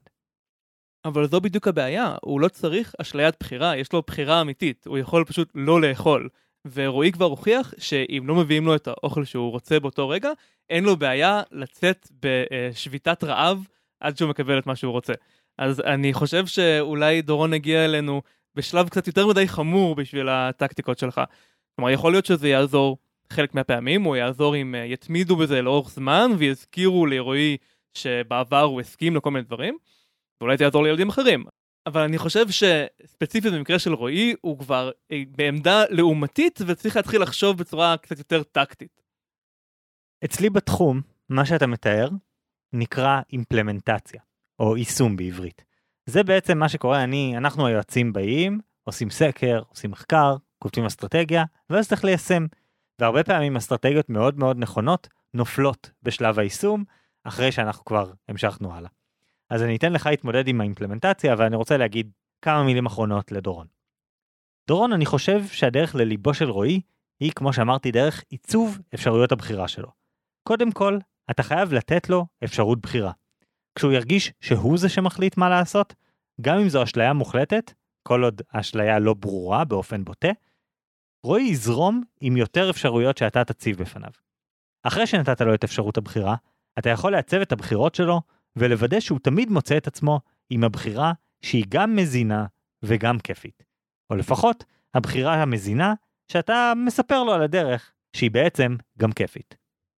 אבל זו בדיוק הבעיה, הוא לא צריך אשליית בחירה, יש לו בחירה אמיתית, הוא יכול פשוט לא לאכול. ורועי כבר הוכיח שאם לא מביאים לו את האוכל שהוא רוצה באותו רגע, אין לו בעיה לצאת בשביתת רעב עד שהוא מקבל את מה שהוא רוצה. אז אני חושב שאולי דורון הגיע אלינו בשלב קצת יותר מדי חמור בשביל הטקטיקות שלך. כלומר, יכול להיות שזה יעזור חלק מהפעמים, הוא יעזור אם יתמידו בזה לאורך זמן, ויזכירו לרועי שבעבר הוא הסכים לכל מיני דברים, ואולי זה יעזור לילדים אחרים. אבל אני חושב שספציפית במקרה של רועי, הוא כבר בעמדה לעומתית, וצריך להתחיל לחשוב בצורה קצת יותר טקטית. אצלי בתחום, מה שאתה מתאר, נקרא אימפלמנטציה, או יישום בעברית. זה בעצם מה שקורה, אני, אנחנו היועצים באים, עושים סקר, עושים מחקר, כותבים אסטרטגיה, ואז צריך ליישם. והרבה פעמים אסטרטגיות מאוד מאוד נכונות, נופלות בשלב היישום, אחרי שאנחנו כבר המשכנו הלאה. אז אני אתן לך להתמודד עם האימפלמנטציה, ואני רוצה להגיד כמה מילים אחרונות לדורון. דורון, אני חושב שהדרך לליבו של רועי, היא, כמו שאמרתי, דרך עיצוב אפשרויות הבחירה שלו. קודם כל, אתה חייב לתת לו אפשרות בחירה. כשהוא ירגיש שהוא זה שמחליט מה לעשות, גם אם זו אשליה מוחלטת, כל עוד האשליה לא ברורה באופן בוטה, רועי יזרום עם יותר אפשרויות שאתה תציב בפניו. אחרי שנתת לו את אפשרות הבחירה, אתה יכול לעצב את הבחירות שלו, ולוודא שהוא תמיד מוצא את עצמו עם הבחירה שהיא גם מזינה וגם כיפית. או לפחות, הבחירה המזינה שאתה מספר לו על הדרך, שהיא בעצם גם כיפית.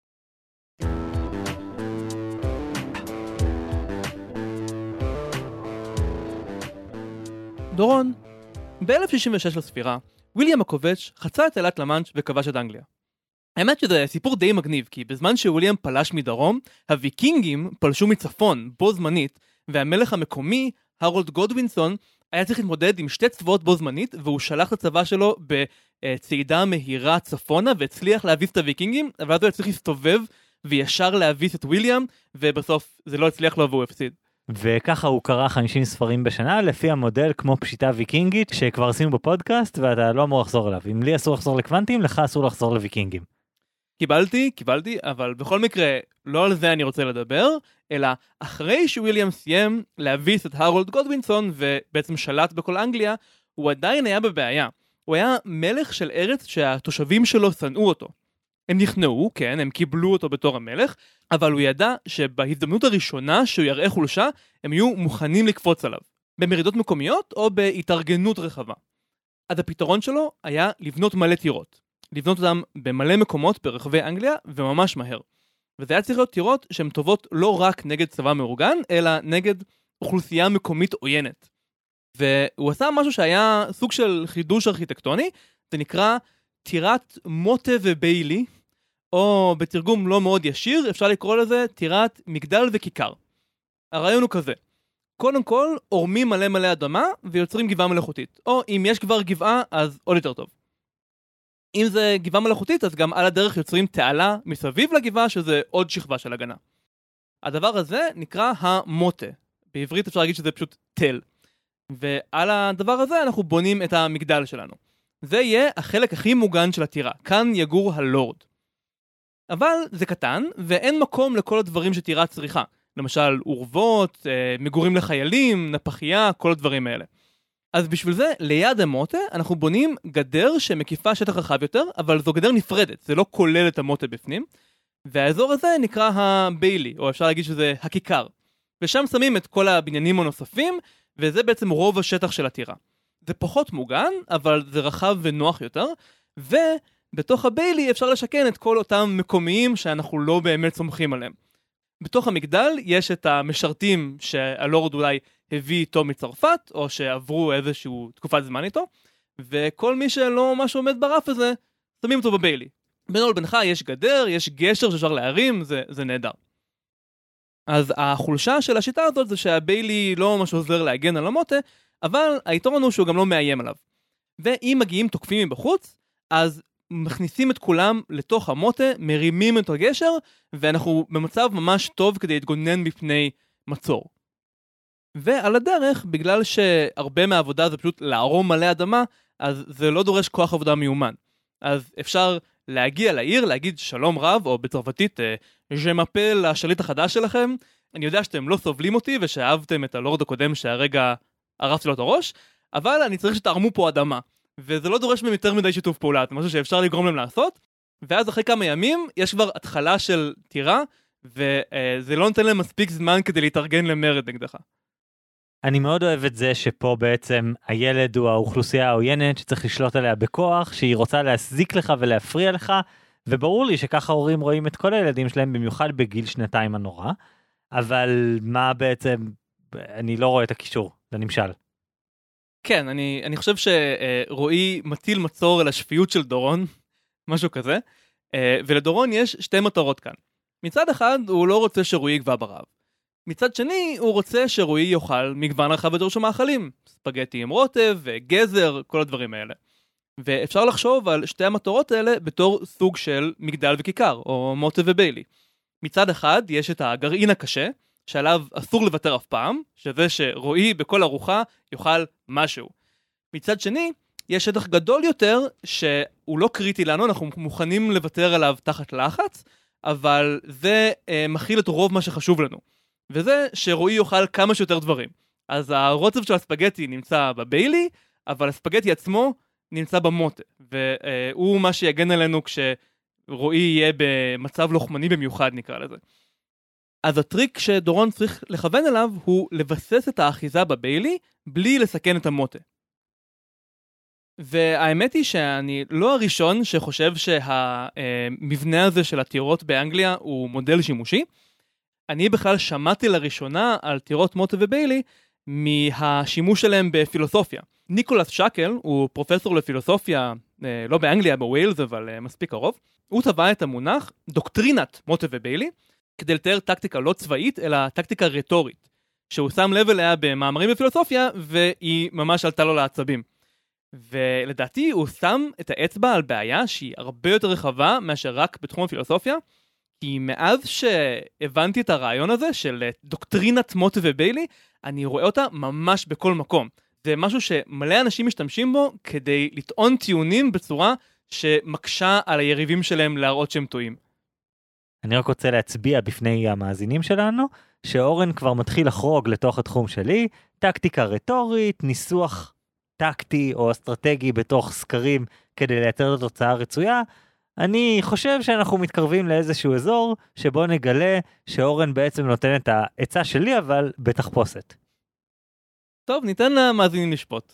דורון, ב-אלף שישים ושש לספירה, וויליאם הקובץ' חצה את תעלת למאנץ' וכבש את אנגליה. האמת שזה סיפור די מגניב, כי בזמן שוויליאם פלש מדרום, הוויקינגים פלשו מצפון בו זמנית, והמלך המקומי, הרולד גודווינסון, היה צריך להתמודד עם שתי צבאות בו זמנית, והוא שלח את הצבא שלו בצעידה מהירה צפונה, והצליח להביס את הוויקינגים, אבל אז הוא היה צריך להסתובב וישר להביס את וויליאם, ובסוף זה לא הצליח לו והוא הפסיד. וככה הוא קרא חמישים ספרים בשנה, לפי המודל כמו פשיטה ויקינגית, שכבר עשינו בפודקאסט, ואתה לא אמור לחזור אליו. אם לי אסור לחזור לקוונטים, לך אסור לחזור לוויקינגים. קיבלתי, קיבלתי, אבל בכל מקרה, לא על זה אני רוצה לדבר, אלא אחרי שוויליאם סיים להביס את הרולד גודווינסון, ובעצם שלט בכל אנגליה, הוא עדיין היה בבעיה. הוא היה מלך של ארץ שהתושבים שלו שנאו אותו. הם נכנעו, כן, הם קיבלו אותו בתור המלך, אבל הוא ידע שבהזדמנות הראשונה שהוא יראה חולשה, הם יהיו מוכנים לקפוץ עליו, במרידות מקומיות או בהתארגנות רחבה. אז הפתרון שלו היה לבנות מלא טירות. לבנות אותם במלא מקומות ברחבי אנגליה וממש מהר. וזה היה צריך להיות טירות שהן טובות לא רק נגד צבא מאורגן, אלא נגד אוכלוסייה מקומית עוינת. והוא עשה משהו שהיה סוג של חידוש ארכיטקטוני, זה נקרא טירת מוטה וביילי, או בתרגום לא מאוד ישיר, אפשר לקרוא לזה טירת מגדל וכיכר. הרעיון הוא כזה, קודם כל, עורמים מלא מלא אדמה ויוצרים גבעה מלאכותית. או אם יש כבר גבעה, אז עוד יותר טוב. אם זה גבעה מלאכותית, אז גם על הדרך יוצרים תעלה מסביב לגבעה, שזה עוד שכבה של הגנה. הדבר הזה נקרא המוטה. בעברית אפשר להגיד שזה פשוט תל. ועל הדבר הזה אנחנו בונים את המגדל שלנו. זה יהיה החלק הכי מוגן של הטירה. כאן יגור הלורד. אבל זה קטן, ואין מקום לכל הדברים שטירה צריכה. למשל, אורבות, מגורים לחיילים, נפחייה, כל הדברים האלה. אז בשביל זה, ליד המוטה, אנחנו בונים גדר שמקיפה שטח רחב יותר, אבל זו גדר נפרדת, זה לא כולל את המוטה בפנים. והאזור הזה נקרא הביילי, או אפשר להגיד שזה הכיכר. ושם שמים את כל הבניינים הנוספים, וזה בעצם רוב השטח של הטירה. זה פחות מוגן, אבל זה רחב ונוח יותר, ובתוך הביילי אפשר לשכן את כל אותם מקומיים שאנחנו לא באמת סומכים עליהם. בתוך המגדל יש את המשרתים שהלורד אולי הביא איתו מצרפת, או שעברו איזשהו תקופת זמן איתו, וכל מי שלא ממש עומד ברף הזה, שמים אותו בביילי. בינו לבינך יש גדר, יש גשר שאפשר להרים, זה, זה נהדר. אז החולשה של השיטה הזאת זה שהביילי לא ממש עוזר להגן על המוטה, אבל היתרון הוא שהוא גם לא מאיים עליו. ואם מגיעים תוקפים מבחוץ, אז מכניסים את כולם לתוך המוטה, מרימים את הגשר, ואנחנו במצב ממש טוב כדי להתגונן בפני מצור. ועל הדרך, בגלל שהרבה מהעבודה זה פשוט לערום מלא אדמה, אז זה לא דורש כוח עבודה מיומן. אז אפשר להגיע לעיר, להגיד שלום רב, או בצרפתית, ז'מפל השליט החדש שלכם, אני יודע שאתם לא סובלים אותי, ושאהבתם את הלורד הקודם שהרגע הרסתי לו את הראש, אבל אני צריך שתערמו פה אדמה. וזה לא דורש מהם יותר מדי שיתוף פעולה, זה משהו שאפשר לגרום להם לעשות, ואז אחרי כמה ימים יש כבר התחלה של טירה, וזה לא נותן להם מספיק זמן כדי להתארגן למרד נגדך. אני מאוד אוהב את זה שפה בעצם הילד הוא האוכלוסייה העוינת שצריך לשלוט עליה בכוח, שהיא רוצה להזיק לך ולהפריע לך, וברור לי שככה הורים רואים את כל הילדים שלהם, במיוחד בגיל שנתיים הנורא, אבל מה בעצם, אני לא רואה את הקישור, זה נמשל. כן, אני, אני חושב שרועי מטיל מצור על השפיות של דורון, משהו כזה, ולדורון יש שתי מטרות כאן. מצד אחד, הוא לא רוצה שרועי יגבה ברעב. מצד שני, הוא רוצה שרועי יאכל מגוון רחב יותר של מאכלים, ספגטי עם רוטב וגזר, כל הדברים האלה. ואפשר לחשוב על שתי המטרות האלה בתור סוג של מגדל וכיכר, או מוטה וביילי. מצד אחד, יש את הגרעין הקשה, שעליו אסור לוותר אף פעם, שזה שרועי בכל ארוחה יאכל משהו. מצד שני, יש שטח גדול יותר, שהוא לא קריטי לנו, אנחנו מוכנים לוותר עליו תחת לחץ, אבל זה אה, מכיל את רוב מה שחשוב לנו. וזה שרועי יאכל כמה שיותר דברים. אז הרוטב של הספגטי נמצא בביילי, אבל הספגטי עצמו נמצא במוטה. והוא מה שיגן עלינו כשרועי יהיה במצב לוחמני במיוחד, נקרא לזה. אז הטריק שדורון צריך לכוון אליו הוא לבסס את האחיזה בביילי בלי לסכן את המוטה. והאמת היא שאני לא הראשון שחושב שהמבנה הזה של הטירות באנגליה הוא מודל שימושי. אני בכלל שמעתי לראשונה על טירות מוטה וביילי מהשימוש שלהם בפילוסופיה. ניקולס שקל הוא פרופסור לפילוסופיה, לא באנגליה, בווילס, אבל מספיק קרוב. הוא טבע את המונח דוקטרינת מוטה וביילי, כדי לתאר טקטיקה לא צבאית, אלא טקטיקה רטורית, שהוא שם לב אליה במאמרים בפילוסופיה, והיא ממש עלתה לו לעצבים. ולדעתי הוא שם את האצבע על בעיה שהיא הרבה יותר רחבה מאשר רק בתחום הפילוסופיה, כי מאז שהבנתי את הרעיון הזה של דוקטרינת מוטה וביילי, אני רואה אותה ממש בכל מקום. זה משהו שמלא אנשים משתמשים בו כדי לטעון טיעונים בצורה שמקשה על היריבים שלהם להראות שהם טועים. אני רק רוצה להצביע בפני המאזינים שלנו, שאורן כבר מתחיל לחרוג לתוך התחום שלי, טקטיקה רטורית, ניסוח טקטי או אסטרטגי בתוך סקרים כדי לייצר את התוצאה הרצויה. אני חושב שאנחנו מתקרבים לאיזשהו אזור שבו נגלה שאורן בעצם נותן את העצה שלי, אבל בתחפושת. טוב, ניתן למאזינים לשפוט.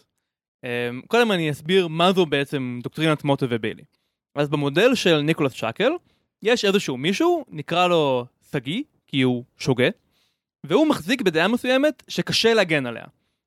קודם אני אסביר מה זו בעצם דוקטרינת מוטה וביילי. אז במודל של ניקולס שקל, יש איזשהו מישהו, נקרא לו סגי, כי הוא שוגה, והוא מחזיק בדעה מסוימת שקשה להגן עליה.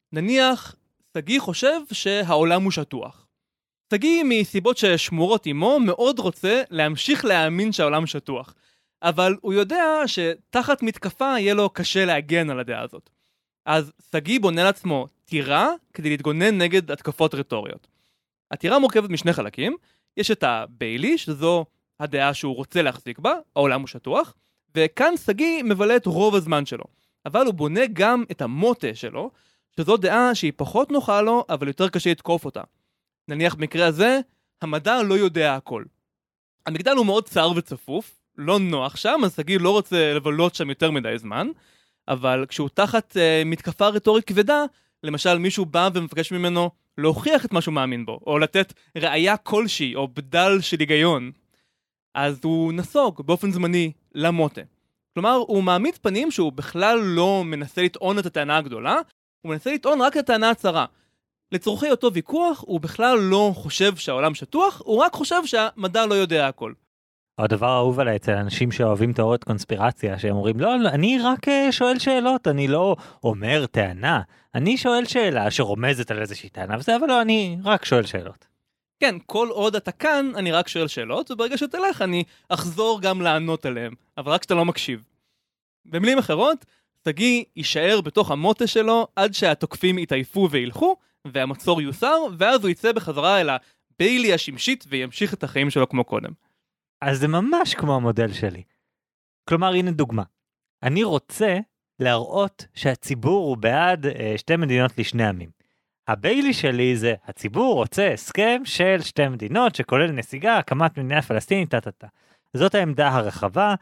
נניח, סגי חושב שהעולם הוא שטוח. סגי מסיבות ששמורות עמו מאוד רוצה להמשיך להאמין שהעולם שטוח. אבל הוא יודע שתחת מתקפה יהיה לו קשה להגן על הדעה הזאת. אז סגי בונה לעצמו טירה כדי להתגונן נגד התקפות רטוריות. הטירה מורכבת משני חלקים, יש את הביילי, שזו הדעה שהוא רוצה להחזיק בה, העולם הוא שטוח, וכאן סגי מבלה את רוב הזמן שלו. אבל הוא בונה גם את המוטה שלו, שזו דעה שהיא פחות נוחה לו, אבל יותר קשה לתקוף אותה. נניח במקרה הזה, המדע לא יודע הכל. המגדל הוא מאוד צר וצפוף, לא נוח שם, אז סגי לא רוצה לבלות שם יותר מדי זמן, אבל כשהוא תחת uh, מתקפה רטורית כבדה, למשל מישהו בא ומבקש ממנו להוכיח את מה שהוא מאמין בו, או לתת ראייה כלשהי, או בדל של היגיון, אז הוא נסוג באופן זמני למוטה. כלומר, הוא מעמיד פנים שהוא בכלל לא מנסה לטעון את הטענה הגדולה, הוא מנסה לטעון רק את הטענה הצרה. לצורכי אותו ויכוח, הוא בכלל לא חושב שהעולם שטוח, הוא רק חושב שהמדע לא יודע הכל. הדבר האהוב עליי אצל אנשים שאוהבים תיאוריות קונספירציה, שהם אומרים, לא, אני רק שואל שאלות, אני לא אומר טענה, אני שואל שאלה שרומזת על איזושהי טענה, וזה, אבל לא, אני רק שואל שאלות. כן, כל עוד אתה כאן, אני רק שואל שאלות, וברגע שתלך, אני אחזור גם לענות עליהם, אבל רק שאתה לא מקשיב. במילים אחרות, סגי יישאר בתוך המוטה שלו, עד שהתוקפים יתעייפו וילכו, והמצור יוסר, ואז הוא יצא בחזרה אל הביילי השמשית, וימשיך את החיים שלו כמו קודם. אז זה ממש כמו המודל שלי. כלומר, הנה דוגמה. אני רוצה להראות שהציבור הוא בעד אה, שתי מדינות לשני עמים. הביילי שלי זה, הציבור רוצה הסכם של שתי מדינות, שכולל נסיגה, הקמת מדינה פלסטינית, תתתה. זאת העמדה הרחבה,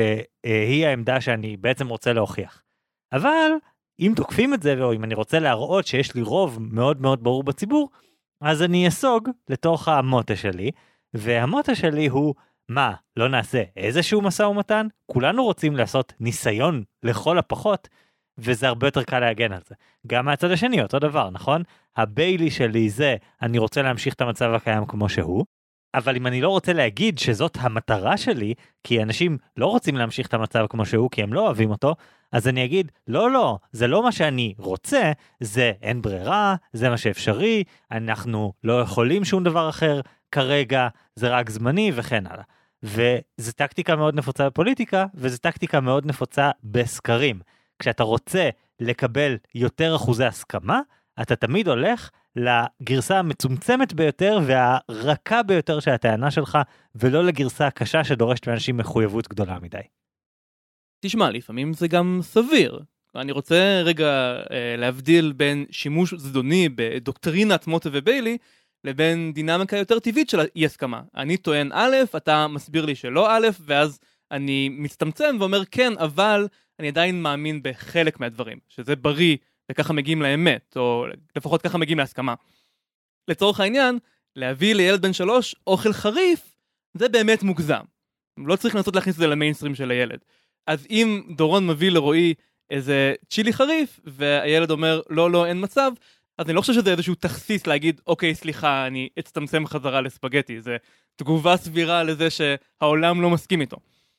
שהיא העמדה שאני בעצם רוצה להוכיח. אבל, אם תוקפים את זה, או אם אני רוצה להראות שיש לי רוב מאוד מאוד ברור בציבור, אז אני אסוג לתוך המוטה שלי, והמוטה שלי הוא, מה, לא נעשה איזשהו משא ומתן? כולנו רוצים לעשות ניסיון לכל הפחות, וזה הרבה יותר קל להגן על זה. גם מהצד השני, אותו דבר, נכון? הביילי שלי זה, אני רוצה להמשיך את המצב הקיים כמו שהוא, אבל אם אני לא רוצה להגיד שזאת המטרה שלי, כי אנשים לא רוצים להמשיך את המצב כמו שהוא, כי הם לא אוהבים אותו, אז אני אגיד, לא, לא, זה לא מה שאני רוצה, זה אין ברירה, זה מה שאפשרי, אנחנו לא יכולים שום דבר אחר, כרגע זה רק זמני וכן הלאה. וזו טקטיקה מאוד נפוצה בפוליטיקה, וזו טקטיקה מאוד נפוצה בסקרים. כשאתה רוצה לקבל יותר אחוזי הסכמה, אתה תמיד הולך לגרסה המצומצמת ביותר והרכה ביותר של הטענה שלך, ולא לגרסה הקשה שדורשת מאנשים מחויבות גדולה מדי. תשמע, לפעמים זה גם סביר. אני רוצה רגע אה, להבדיל בין שימוש זדוני בדוקטרינת מוטה וביילי, לבין דינמיקה יותר טבעית של אי הסכמה. אני טוען א', אתה מסביר לי שלא א', ואז אני מצטמצם ואומר כן, אבל אני עדיין מאמין בחלק מהדברים, שזה בריא, וככה מגיעים לאמת, או לפחות ככה מגיעים להסכמה. לצורך העניין, להביא לילד בן שלוש אוכל חריף, זה באמת מוגזם. לא צריך לנסות להכניס את זה למיינסטרים של הילד. אז אם דורון מביא לרועי איזה צ'ילי חריף, והילד אומר לא, לא, אין מצב, אז אני לא חושב שזה איזשהו תכסיס להגיד, אוקיי, סליחה, אני אצטמצם חזרה לספגטי. זה תגובה סבירה לזה שהעולם לא מסכים איתו.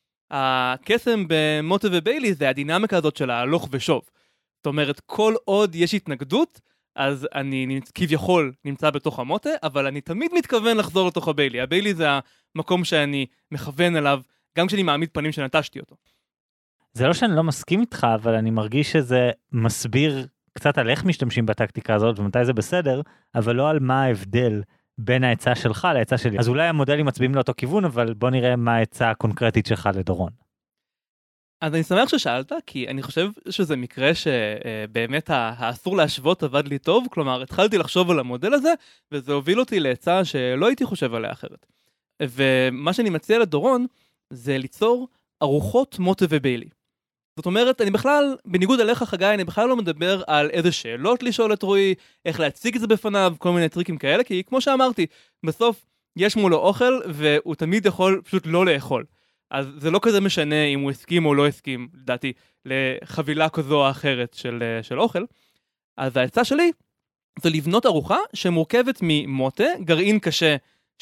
הקסם במוטה וביילי זה הדינמיקה הזאת של ההלוך ושוב. זאת אומרת, כל עוד יש התנגדות, אז אני כביכול נמצא בתוך המוטה, אבל אני תמיד מתכוון לחזור לתוך הביילי. הביילי זה המקום שאני מכוון אליו, גם כשאני מעמיד פנים שנטשתי אותו. זה לא שאני לא מסכים איתך, אבל אני מרגיש שזה מסביר קצת על איך משתמשים בטקטיקה הזאת, ומתי זה בסדר, אבל לא על מה ההבדל בין ההצעה שלך להצעה שלי. אז אולי המודלים מצביעים לאותו כיוון, אבל בוא נראה מה ההצעה הקונקרטית שלך לדורון. אז אני שמח ששאלת, כי אני חושב שזה מקרה שבאמת האסור להשוות עבד לי טוב, כלומר, התחלתי לחשוב על המודל הזה, וזה הוביל אותי להצעה שלא הייתי חושב עליה אחרת. ומה שאני מציע לדורון, זה ליצור ארוחות מוטה וביילי. זאת אומרת, אני בכלל, בניגוד אליך חגי, אני בכלל לא מדבר על איזה שאלות לשאול את רועי, איך להציג את זה בפניו, כל מיני טריקים כאלה, כי כמו שאמרתי, בסוף יש מולו אוכל, והוא תמיד יכול פשוט לא לאכול. אז זה לא כזה משנה אם הוא הסכים או לא הסכים, לדעתי, לחבילה כזו או אחרת של, של אוכל. אז ההצעה שלי זה לבנות ארוחה שמורכבת ממוטה, גרעין קשה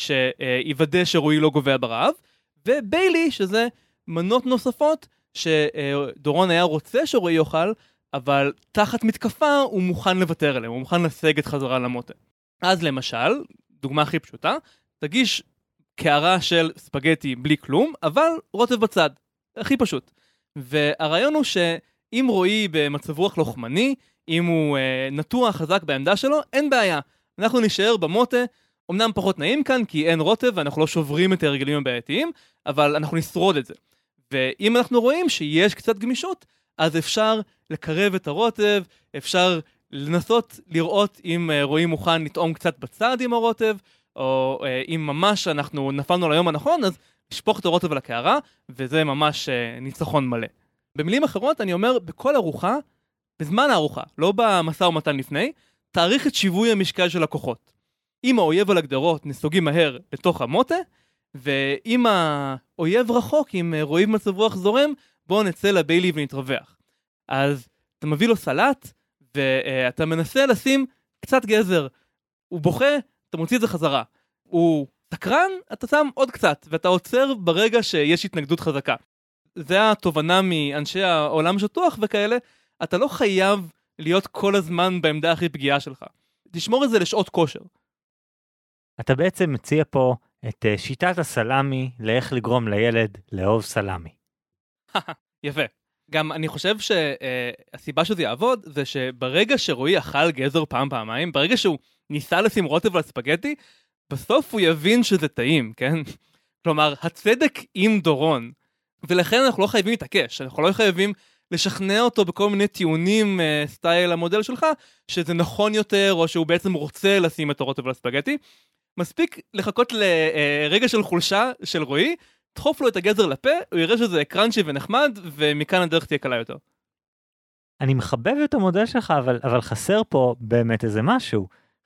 שיוודא שרועי לא גובע ברעב, וביילי, שזה מנות נוספות שדורון היה רוצה שרועי יאכל, אבל תחת מתקפה הוא מוכן לוותר עליהם, הוא מוכן לסגת חזרה למוטה. אז למשל, דוגמה הכי פשוטה, תגיש קערה של ספגטי בלי כלום, אבל רוטב בצד. הכי פשוט. והרעיון הוא שאם רועי במצב רוח לוחמני, אם הוא אה, נטוע חזק בעמדה שלו, אין בעיה. אנחנו נשאר במוטה, אמנם פחות נעים כאן, כי אין רוטב ואנחנו לא שוברים את ההרגלים הבעייתיים, אבל אנחנו נשרוד את זה. ואם אנחנו רואים שיש קצת גמישות, אז אפשר לקרב את הרוטב, אפשר לנסות לראות אם רועי מוכן לטעום קצת בצד עם הרוטב, או אם ממש אנחנו נפלנו ליום הנכון, אז לשפוך את הרוטב על הקערה, וזה ממש ניצחון מלא. במילים אחרות, אני אומר, בכל ארוחה, בזמן הארוחה, לא במשא ומתן לפני, תאריך את שיווי המשקל של הכוחות. אם האויב על הגדרות נסוגים מהר לתוך המוטה, ואם האויב רחוק, אם רועי במצב רוח זורם, בואו נצא לביילי ונתרווח. אז אתה מביא לו סלט, ואתה מנסה לשים קצת גזר. הוא בוכה, אתה מוציא את זה חזרה. הוא סקרן, אתה שם עוד קצת, ואתה עוצר ברגע שיש התנגדות חזקה. זה התובנה מאנשי העולם שטוח וכאלה, אתה לא חייב להיות כל הזמן בעמדה הכי פגיעה שלך. תשמור את זה לשעות כושר. אתה בעצם מציע פה את שיטת הסלמי לאיך לגרום לילד לאהוב סלמי. יפה. גם אני חושב שהסיבה שזה יעבוד זה שברגע שרועי אכל גזר פעם פעמיים, ברגע שהוא ניסה לשים רוטב על ספגטי, בסוף הוא יבין שזה טעים, כן? כלומר, הצדק עם דורון. ולכן אנחנו לא חייבים להתעקש, אנחנו לא חייבים לשכנע אותו בכל מיני טיעונים סטייל המודל שלך, שזה נכון יותר, או שהוא בעצם רוצה לשים את הרוטב על הספגטי. מספיק לחכות לרגע של חולשה של רועי, תחוף לו את הגזר לפה, הוא יראה שזה קרנצ'י ונחמד, ומכאן הדרך תהיה קלה יותר. אני מחבב את המודל שלך, אבל, אבל חסר פה באמת איזה משהו.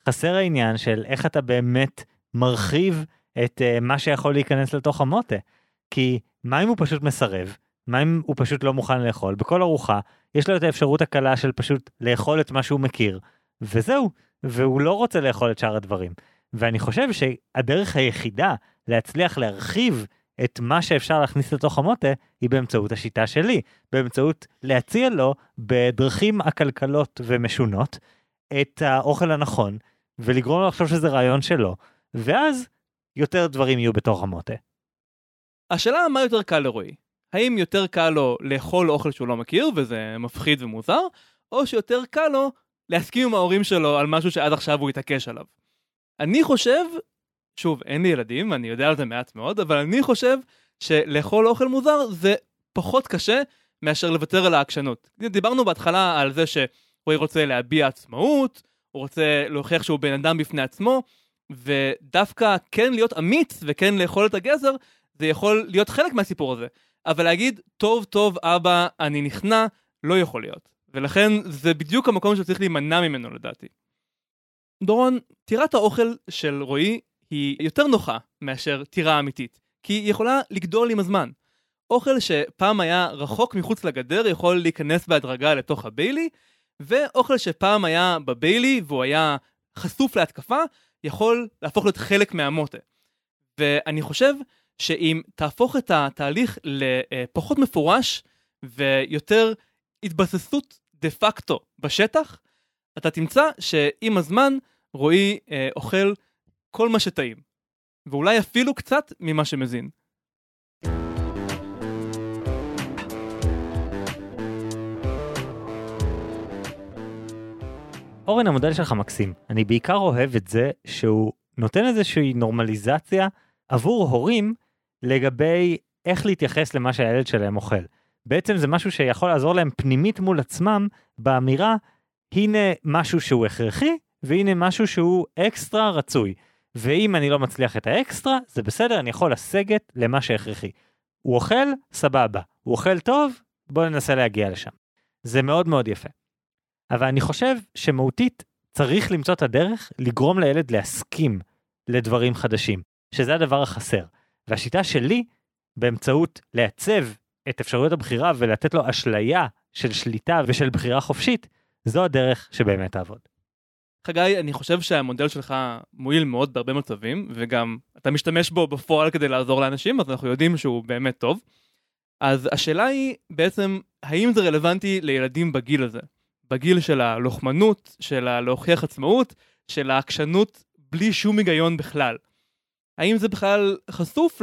חסר העניין של איך אתה באמת מרחיב את uh, מה שיכול להיכנס לתוך המוטה. כי מה אם הוא פשוט מסרב? מה אם הוא פשוט לא מוכן לאכול? בכל ארוחה יש לו את האפשרות הקלה של פשוט לאכול את מה שהוא מכיר, וזהו, והוא לא רוצה לאכול את שאר הדברים. ואני חושב שהדרך היחידה להצליח להרחיב את מה שאפשר להכניס לתוך המוטה, היא באמצעות השיטה שלי, באמצעות להציע לו בדרכים עקלקלות ומשונות, את האוכל הנכון, ולגרום לו לחשוב שזה רעיון שלו, ואז יותר דברים יהיו בתוך המוטה. השאלה מה יותר קל לרועי? האם יותר קל לו לאכול אוכל שהוא לא מכיר, וזה מפחיד ומוזר, או שיותר קל לו להסכים עם ההורים שלו על משהו שעד עכשיו הוא יתעקש עליו? אני חושב, שוב, אין לי ילדים, אני יודע על זה מעט מאוד, אבל אני חושב שלאכול אוכל מוזר זה פחות קשה מאשר לוותר על העקשנות. דיברנו בהתחלה על זה שרועי רוצה להביע עצמאות, הוא רוצה להוכיח שהוא בן אדם בפני עצמו, ודווקא כן להיות אמיץ וכן לאכול את הגזר, זה יכול להיות חלק מהסיפור הזה. אבל להגיד, טוב, טוב, אבא, אני נכנע, לא יכול להיות. ולכן זה בדיוק המקום שצריך להימנע ממנו לדעתי. דורון, טירת האוכל של רועי היא יותר נוחה מאשר טירה אמיתית, כי היא יכולה לגדול עם הזמן. אוכל שפעם היה רחוק מחוץ לגדר יכול להיכנס בהדרגה לתוך הביילי, ואוכל שפעם היה בביילי והוא היה חשוף להתקפה, יכול להפוך להיות חלק מהמוטה. ואני חושב שאם תהפוך את התהליך לפחות מפורש ויותר התבססות דה פקטו בשטח, אתה תמצא שעם הזמן רועי אה, אוכל כל מה שטעים, ואולי אפילו קצת ממה שמזין. אורן, המודל שלך מקסים. אני בעיקר אוהב את זה שהוא נותן איזושהי נורמליזציה עבור הורים לגבי איך להתייחס למה שהילד שלהם אוכל. בעצם זה משהו שיכול לעזור להם פנימית מול עצמם באמירה, הנה משהו שהוא הכרחי, והנה משהו שהוא אקסטרה רצוי. ואם אני לא מצליח את האקסטרה, זה בסדר, אני יכול לסגת למה שהכרחי. הוא אוכל, סבבה. הוא אוכל טוב, בוא ננסה להגיע לשם. זה מאוד מאוד יפה. אבל אני חושב שמהותית צריך למצוא את הדרך לגרום לילד להסכים לדברים חדשים, שזה הדבר החסר. והשיטה שלי, באמצעות לעצב את אפשרויות הבחירה ולתת לו אשליה של שליטה ושל בחירה חופשית, זו הדרך שבאמת תעבוד. חגי, אני חושב שהמודל שלך מועיל מאוד בהרבה מצבים, וגם אתה משתמש בו בפועל כדי לעזור לאנשים, אז אנחנו יודעים שהוא באמת טוב. אז השאלה היא בעצם, האם זה רלוונטי לילדים בגיל הזה? בגיל של הלוחמנות, של הלהוכיח עצמאות, של העקשנות בלי שום היגיון בכלל. האם זה בכלל חשוף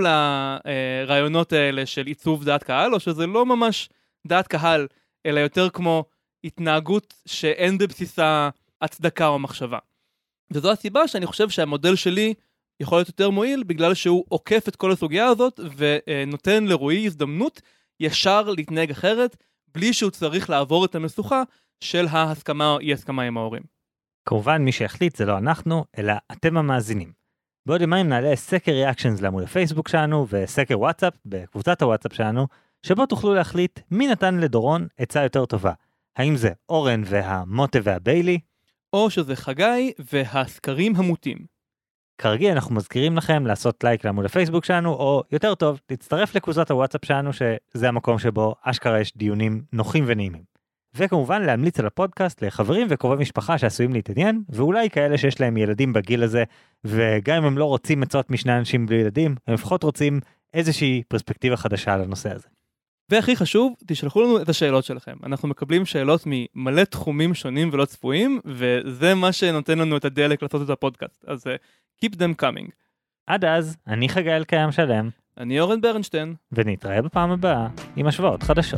לרעיונות האלה של עיצוב דעת קהל, או שזה לא ממש דעת קהל, אלא יותר כמו התנהגות שאין בבסיסה הצדקה או מחשבה. וזו הסיבה שאני חושב שהמודל שלי יכול להיות יותר מועיל, בגלל שהוא עוקף את כל הסוגיה הזאת, ונותן לרועי הזדמנות ישר להתנהג אחרת, בלי שהוא צריך לעבור את המשוכה של ההסכמה או אי הסכמה עם ההורים. כמובן מי שהחליט זה לא אנחנו, אלא אתם המאזינים. בעוד ימיים נעלה סקר ריאקשנס לעמוד הפייסבוק שלנו, וסקר וואטסאפ בקבוצת הוואטסאפ שלנו, שבו תוכלו להחליט מי נתן לדורון עצה יותר טובה. האם זה אורן והמוטה והביילי, או שזה חגי והסקרים המוטים. כרגיל אנחנו מזכירים לכם לעשות לייק לעמוד הפייסבוק שלנו, או יותר טוב, להצטרף לקבוצת הוואטסאפ שלנו, שזה המקום שבו אשכרה יש דיונים נוחים ונעימים. וכמובן להמליץ על הפודקאסט לחברים וקרובי משפחה שעשויים להתעניין, ואולי כאלה שיש להם ילדים בגיל הזה, וגם אם הם לא רוצים עצות משני אנשים בלי ילדים, הם לפחות רוצים איזושהי פרספקטיבה חדשה על הנושא הזה. והכי חשוב, תשלחו לנו את השאלות שלכם. אנחנו מקבלים שאלות ממלא תחומים שונים ולא צפויים, וזה מה שנותן לנו את הדלק לעשות את הפודקאסט. אז uh, keep them coming. עד אז, אני חגי אלקיים שלם. אני אורן ברנשטיין. ונתראה בפעם הבאה עם השוואות חדשות.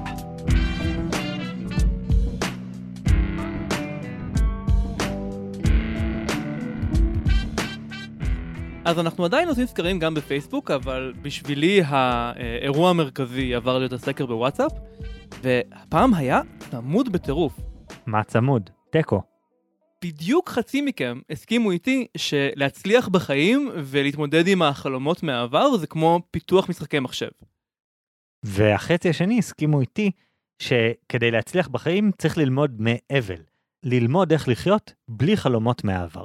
אז אנחנו עדיין עושים סקרים גם בפייסבוק, אבל בשבילי האירוע המרכזי עבר להיות הסקר בוואטסאפ, והפעם היה צמוד בטירוף. מה צמוד? טקו. בדיוק חצי מכם הסכימו איתי שלהצליח בחיים ולהתמודד עם החלומות מהעבר זה כמו פיתוח משחקי מחשב. והחצי השני הסכימו איתי שכדי להצליח בחיים צריך ללמוד מאבל. ללמוד איך לחיות בלי חלומות מהעבר.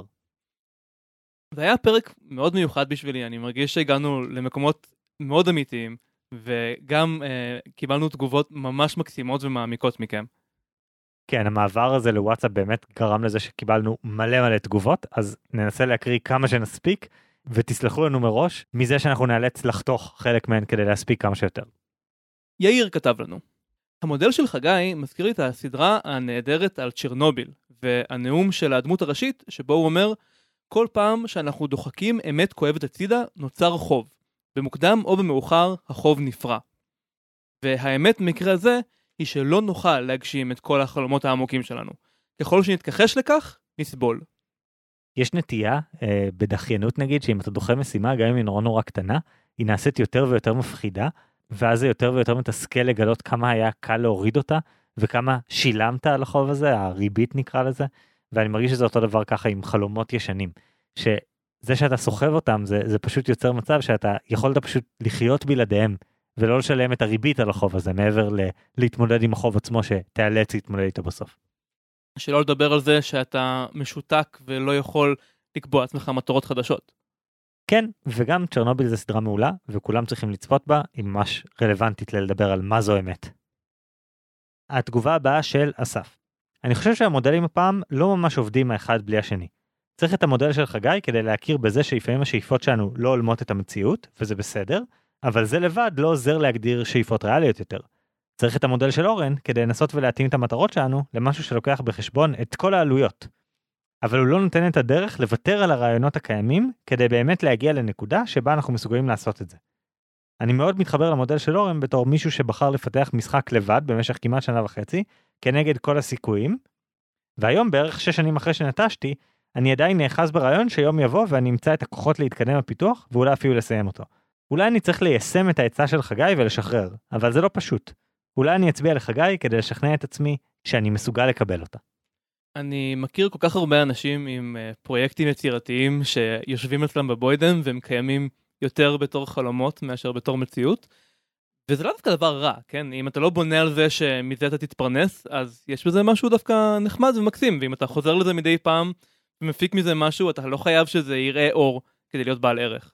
זה היה פרק מאוד מיוחד בשבילי, אני מרגיש שהגענו למקומות מאוד אמיתיים, וגם אה, קיבלנו תגובות ממש מקסימות ומעמיקות מכם. כן, המעבר הזה לוואטסאפ באמת גרם לזה שקיבלנו מלא מלא תגובות, אז ננסה להקריא כמה שנספיק, ותסלחו לנו מראש מזה שאנחנו נאלץ לחתוך חלק מהן כדי להספיק כמה שיותר. יאיר כתב לנו, המודל של חגי מזכיר לי את הסדרה הנהדרת על צ'רנוביל, והנאום של הדמות הראשית שבו הוא אומר, כל פעם שאנחנו דוחקים אמת כואבת הצידה נוצר חוב, במוקדם או במאוחר החוב נפרע. והאמת במקרה הזה היא שלא נוכל להגשים את כל החלומות העמוקים שלנו. ככל שנתכחש לכך, נסבול. יש נטייה, אה, בדחיינות נגיד, שאם אתה דוחה משימה, גם אם היא נורא נורא קטנה, היא נעשית יותר ויותר מפחידה, ואז זה יותר ויותר מתסכל לגלות כמה היה קל להוריד אותה, וכמה שילמת על החוב הזה, הריבית נקרא לזה, ואני מרגיש שזה אותו דבר ככה עם חלומות ישנים, שזה שאתה סוחב אותם, זה, זה פשוט יוצר מצב שאתה יכולת פשוט לחיות בלעדיהם, ולא לשלם את הריבית על החוב הזה, מעבר ל- להתמודד עם החוב עצמו, שתיאלץ להתמודד איתו בסוף. שלא לדבר על זה שאתה משותק ולא יכול לקבוע עצמך מטרות חדשות. כן, וגם צ'רנוביל זה סדרה מעולה, וכולם צריכים לצפות בה, היא ממש רלוונטית לדבר על מה זו אמת. התגובה הבאה של אסף. אני חושב שהמודלים הפעם לא ממש עובדים האחד בלי השני. צריך את המודל של חגי כדי להכיר בזה שלפעמים השאיפות שלנו לא הולמות את המציאות, וזה בסדר, אבל זה לבד לא עוזר להגדיר שאיפות ריאליות יותר. צריך את המודל של אורן כדי לנסות ולהתאים את המטרות שלנו למשהו שלוקח בחשבון את כל העלויות. אבל הוא לא נותן את הדרך לוותר על הרעיונות הקיימים כדי באמת להגיע לנקודה שבה אנחנו מסוגלים לעשות את זה. אני מאוד מתחבר למודל של אורן בתור מישהו שבחר לפתח משחק לבד במשך כמעט שנה וחצי, כנגד כל הסיכויים, והיום בערך שש שנים אחרי שנטשתי, אני עדיין נאחז ברעיון שיום יבוא ואני אמצא את הכוחות להתקדם בפיתוח ואולי אפילו לסיים אותו. אולי אני צריך ליישם את העצה של חגי ולשחרר, אבל זה לא פשוט. אולי אני אצביע לחגי כדי לשכנע את עצמי שאני מסוגל לקבל אותה. אני מכיר כל כך הרבה אנשים עם uh, פרויקטים יצירתיים שיושבים אצלם בבוידן והם קיימים יותר בתור חלומות מאשר בתור מציאות. וזה לא דווקא דבר רע, כן? אם אתה לא בונה על זה שמזה אתה תתפרנס, אז יש בזה משהו דווקא נחמד ומקסים, ואם אתה חוזר לזה מדי פעם ומפיק מזה משהו, אתה לא חייב שזה יראה אור כדי להיות בעל ערך.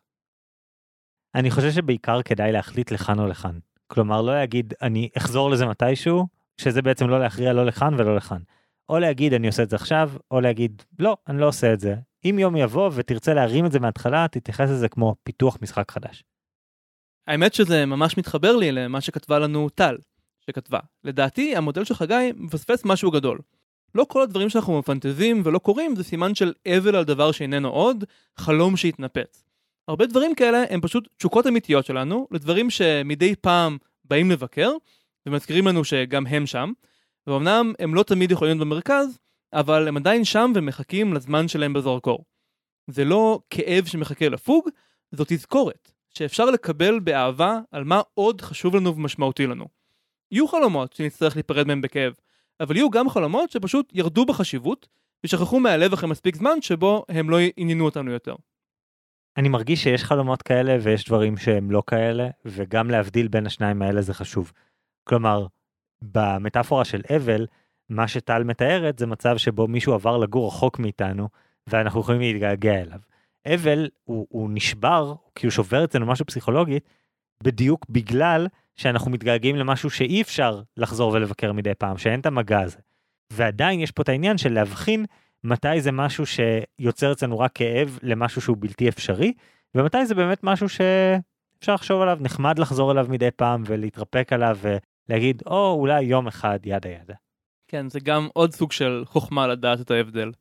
אני חושב שבעיקר כדאי להחליט לכאן או לכאן. כלומר, לא להגיד, אני אחזור לזה מתישהו, שזה בעצם לא להכריע לא לכאן ולא לכאן. או להגיד, אני עושה את זה עכשיו, או להגיד, לא, אני לא עושה את זה. אם יום יבוא ותרצה להרים את זה מההתחלה, תתייחס לזה כמו פיתוח משחק חדש. האמת שזה ממש מתחבר לי למה שכתבה לנו טל, שכתבה. לדעתי, המודל של חגי מפספס משהו גדול. לא כל הדברים שאנחנו מפנטזים ולא קוראים, זה סימן של אבל על דבר שאיננו עוד, חלום שהתנפץ. הרבה דברים כאלה הם פשוט תשוקות אמיתיות שלנו, לדברים שמדי פעם באים לבקר, ומזכירים לנו שגם הם שם, ואומנם הם לא תמיד יכולים במרכז, אבל הם עדיין שם ומחכים לזמן שלהם בזרקור. זה לא כאב שמחכה לפוג, זו תזכורת, שאפשר לקבל באהבה על מה עוד חשוב לנו ומשמעותי לנו. יהיו חלומות שנצטרך להיפרד מהם בכאב, אבל יהיו גם חלומות שפשוט ירדו בחשיבות, ושכחו מהלב אחרי מספיק זמן שבו הם לא עניינו אותנו יותר. אני מרגיש שיש חלומות כאלה ויש דברים שהם לא כאלה, וגם להבדיל בין השניים האלה זה חשוב. כלומר, במטאפורה של אבל, מה שטל מתארת זה מצב שבו מישהו עבר לגור רחוק מאיתנו, ואנחנו יכולים להתגעגע אליו. אבל הוא, הוא נשבר, כי הוא שובר אצלנו משהו פסיכולוגית, בדיוק בגלל שאנחנו מתגעגעים למשהו שאי אפשר לחזור ולבקר מדי פעם, שאין את המגע הזה. ועדיין יש פה את העניין של להבחין מתי זה משהו שיוצר אצלנו רק כאב למשהו שהוא בלתי אפשרי, ומתי זה באמת משהו שאפשר לחשוב עליו, נחמד לחזור אליו מדי פעם ולהתרפק עליו ולהגיד, או אולי יום אחד ידה ידה. כן, זה גם עוד סוג של חוכמה לדעת את ההבדל.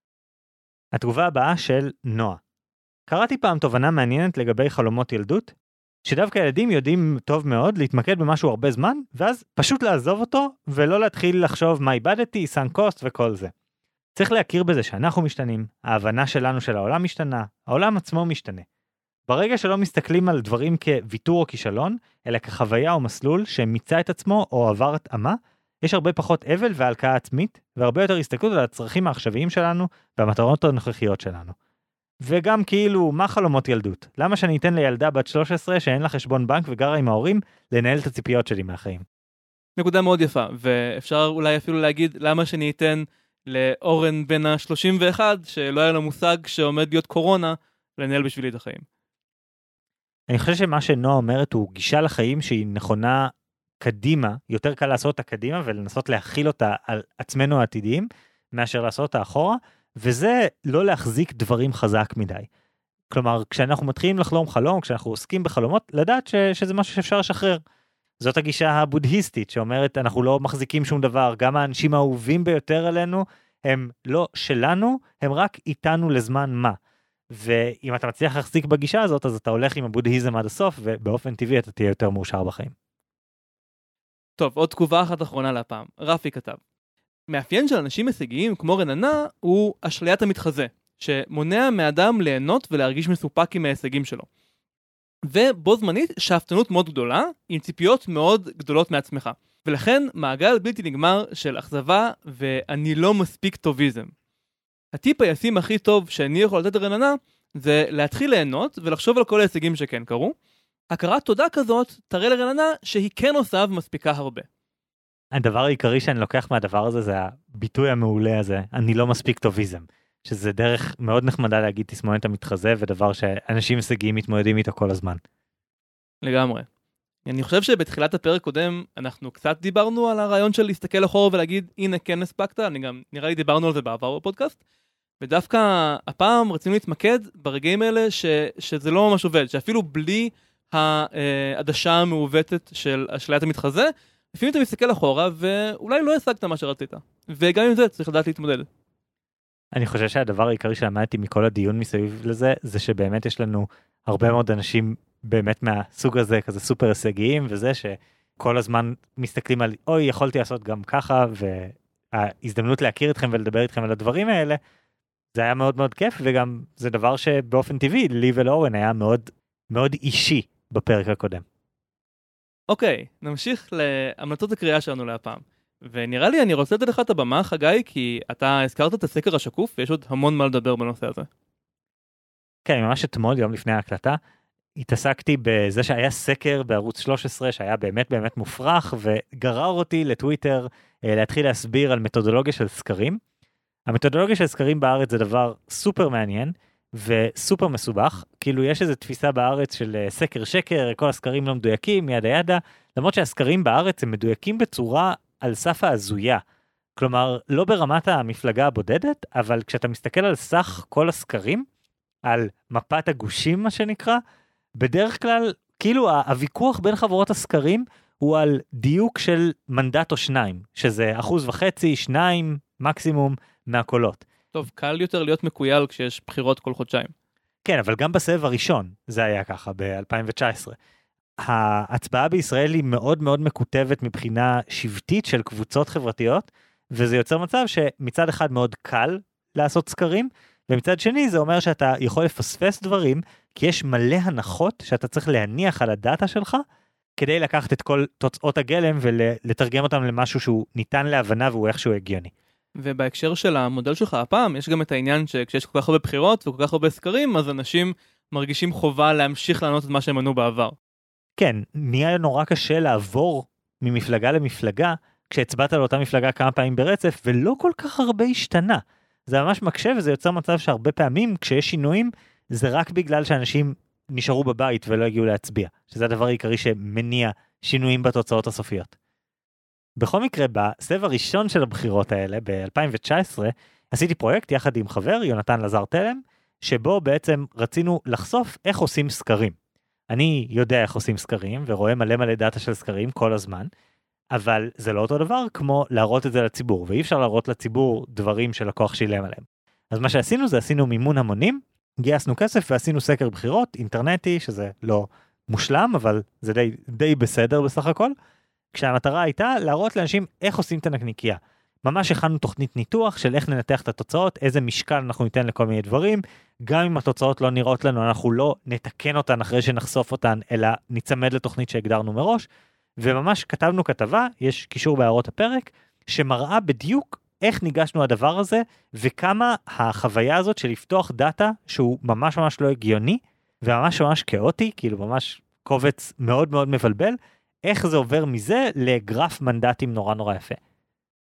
התגובה הבאה של נועה. קראתי פעם תובנה מעניינת לגבי חלומות ילדות, שדווקא ילדים יודעים טוב מאוד להתמקד במשהו הרבה זמן, ואז פשוט לעזוב אותו, ולא להתחיל לחשוב מה איבדתי, סן קוסט וכל זה. צריך להכיר בזה שאנחנו משתנים, ההבנה שלנו של העולם משתנה, העולם עצמו משתנה. ברגע שלא מסתכלים על דברים כוויתור או כישלון, אלא כחוויה או מסלול שמיצה את עצמו או עבר התאמה, יש הרבה פחות אבל והלקאה עצמית, והרבה יותר הסתכלות על הצרכים העכשוויים שלנו והמטרות הנוכחיות שלנו. וגם כאילו, מה חלומות ילדות? למה שאני אתן לילדה בת שלוש עשרה שאין לה חשבון בנק וגרה עם ההורים, לנהל את הציפיות שלי מהחיים? נקודה מאוד יפה, ואפשר אולי אפילו להגיד למה שאני אתן לאורן בן ה-שלושים ואחת, שלא היה לו מושג שעומד להיות קורונה, לנהל בשבילי את החיים. אני חושב שמה שנועה אומרת הוא גישה לחיים שהיא נכונה קדימה, יותר קל לעשות אותה קדימה ולנסות להכיל אותה על עצמנו העתידיים, מאשר לעשות אותה אחורה, וזה לא להחזיק דברים חזק מדי. כלומר, כשאנחנו מתחילים לחלום חלום, כשאנחנו עוסקים בחלומות, לדעת ש- שזה משהו שאפשר לשחרר. זאת הגישה הבודהיסטית שאומרת, אנחנו לא מחזיקים שום דבר, גם האנשים האהובים ביותר עלינו, הם לא שלנו, הם רק איתנו לזמן מה. ואם אתה מצליח להחזיק בגישה הזאת, אז אתה הולך עם הבודהיזם עד הסוף, ובאופן טבעי אתה תהיה יותר מאושר בחיים. טוב, עוד תגובה אחת אחרונה להפעם. רפי כתב. מאפיין של אנשים הישגיים כמו רננה הוא אשליית המתחזה, שמונע מאדם ליהנות ולהרגיש מסופק עם ההישגים שלו. ובו זמנית שאפתנות מאוד גדולה, עם ציפיות מאוד גדולות מעצמך. ולכן מעגל בלתי נגמר של אכזבה ואני לא מספיק טוביזם. הטיפ הישים הכי טוב שאני יכול לתת לרננה, זה להתחיל ליהנות ולחשוב על כל ההישגים שכן קרו. הכרת תודה כזאת תראה לרננה שהיא כן עושה ומספיקה הרבה. הדבר העיקרי שאני לוקח מהדבר הזה זה הביטוי המעולה הזה, אני לא מספיק טוביזם, שזה דרך מאוד נחמדה להגיד תסמונת המתחזה, ודבר שאנשים הישגיים מתמודדים איתו כל הזמן. לגמרי. אני חושב שבתחילת הפרק קודם אנחנו קצת דיברנו על הרעיון של להסתכל אחורה ולהגיד הנה כן הספקת, אני גם נראה לי דיברנו על זה בעבר בפודקאסט, ודווקא הפעם רצינו להתמקד ברגעים האלה ש, שזה לא ממש עובד, שאפילו בלי העדשה המעוותת של אשליית המתחזה, לפעמים אתה מסתכל אחורה ואולי לא השגת מה שרצית, וגם עם זה צריך לדעת להתמודד. אני חושב שהדבר העיקרי שלמדתי מכל הדיון מסביב לזה, זה שבאמת יש לנו הרבה מאוד אנשים באמת מהסוג הזה, כזה סופר הישגיים, וזה שכל הזמן מסתכלים על, אוי, יכולתי לעשות גם ככה, וההזדמנות להכיר אתכם ולדבר איתכם על הדברים האלה, זה היה מאוד מאוד כיף, וגם זה דבר שבאופן טבעי, לי ולאורן היה מאוד, מאוד אישי בפרק הקודם. אוקיי, נמשיך להמלצות הקריאה שלנו להפעם. ונראה לי אני רוצה לתת לך את הבמה, חגי, כי אתה הזכרת את הסקר השקוף, ויש עוד המון מה לדבר בנושא הזה. כן, ממש אתמול, יום לפני ההקלטה, התעסקתי בזה שהיה סקר בערוץ שלוש עשרה, שהיה באמת באמת מופרך, וגרר אותי לטוויטר להתחיל להסביר על מתודולוגיה של סקרים. המתודולוגיה של סקרים בארץ זה דבר סופר מעניין, וסופר מסובך, כאילו יש איזו תפיסה בארץ של סקר שקר, כל הסקרים לא מדויקים, ידה ידה, למרות שהסקרים בארץ הם מדויקים בצורה על סף ההזויה. כלומר, לא ברמת המפלגה הבודדת, אבל כשאתה מסתכל על סך כל הסקרים, על מפת הגושים מה שנקרא, בדרך כלל, כאילו הוויכוח בין חברות הסקרים הוא על דיוק של מנדט או שניים, שזה אחוז וחצי, שניים, מקסימום מהקולות. טוב, קל יותר להיות מקוייל כשיש בחירות כל חודשיים. כן, אבל גם בסבב הראשון זה היה ככה ב-אלפיים תשע עשרה. ההצבעה בישראל היא מאוד מאוד מקוטבת מבחינה שבטית של קבוצות חברתיות, וזה יוצר מצב שמצד אחד מאוד קל לעשות סקרים, ומצד שני זה אומר שאתה יכול לפספס דברים, כי יש מלא הנחות שאתה צריך להניח על הדאטה שלך, כדי לקחת את כל תוצאות הגלם ולתרגם אותם למשהו שהוא ניתן להבנה והוא איכשהו הגיוני. ובהקשר של המודל שלך הפעם, יש גם את העניין שכשיש כל כך הרבה בחירות וכל כך הרבה סקרים, אז אנשים מרגישים חובה להמשיך לענות את מה שהם ענו בעבר. כן, נהיה נורא קשה לעבור ממפלגה למפלגה, כשהצבעת על אותה מפלגה כמה פעמים ברצף, ולא כל כך הרבה השתנה. זה ממש מקשה, וזה יוצר מצב שהרבה פעמים, כשיש שינויים, זה רק בגלל שאנשים נשארו בבית ולא הגיעו להצביע, שזה הדבר העיקרי שמניע שינויים בתוצאות הסופיות. בכל מקרה, בסבב הראשון של הבחירות האלה, ב-אלפיים תשע עשרה, עשיתי פרויקט יחד עם חבר, יונתן לזר תלם, שבו בעצם רצינו לחשוף איך עושים סקרים. אני יודע איך עושים סקרים, ורואה מלא מלא דאטה של סקרים כל הזמן, אבל זה לא אותו דבר כמו להראות את זה לציבור, ואי אפשר להראות לציבור דברים שלקוח שילם עליהם. אז מה שעשינו זה עשינו מימון המונים, גייסנו כסף ועשינו סקר בחירות אינטרנטי, שזה לא מושלם, אבל זה די, די בסדר בסך הכל, כשהמטרה הייתה להראות לאנשים איך עושים את הנקניקיה. ממש הכנו תוכנית ניתוח של איך ננתח את התוצאות, איזה משקל אנחנו ניתן לכל מיני דברים, גם אם התוצאות לא נראות לנו, אנחנו לא נתקן אותן אחרי שנחשוף אותן, אלא ניצמד לתוכנית שהגדרנו מראש, וממש כתבנו כתבה, יש קישור בהערות הפרק, שמראה בדיוק איך ניגשנו הדבר הזה, וכמה החוויה הזאת של לפתוח דאטה, שהוא ממש ממש לא הגיוני, וממש ממש כאוטי, כאילו ממש קובץ מאוד מאוד מבלבל, איך זה עובר מזה לגרף מנדטים נורא נורא יפה.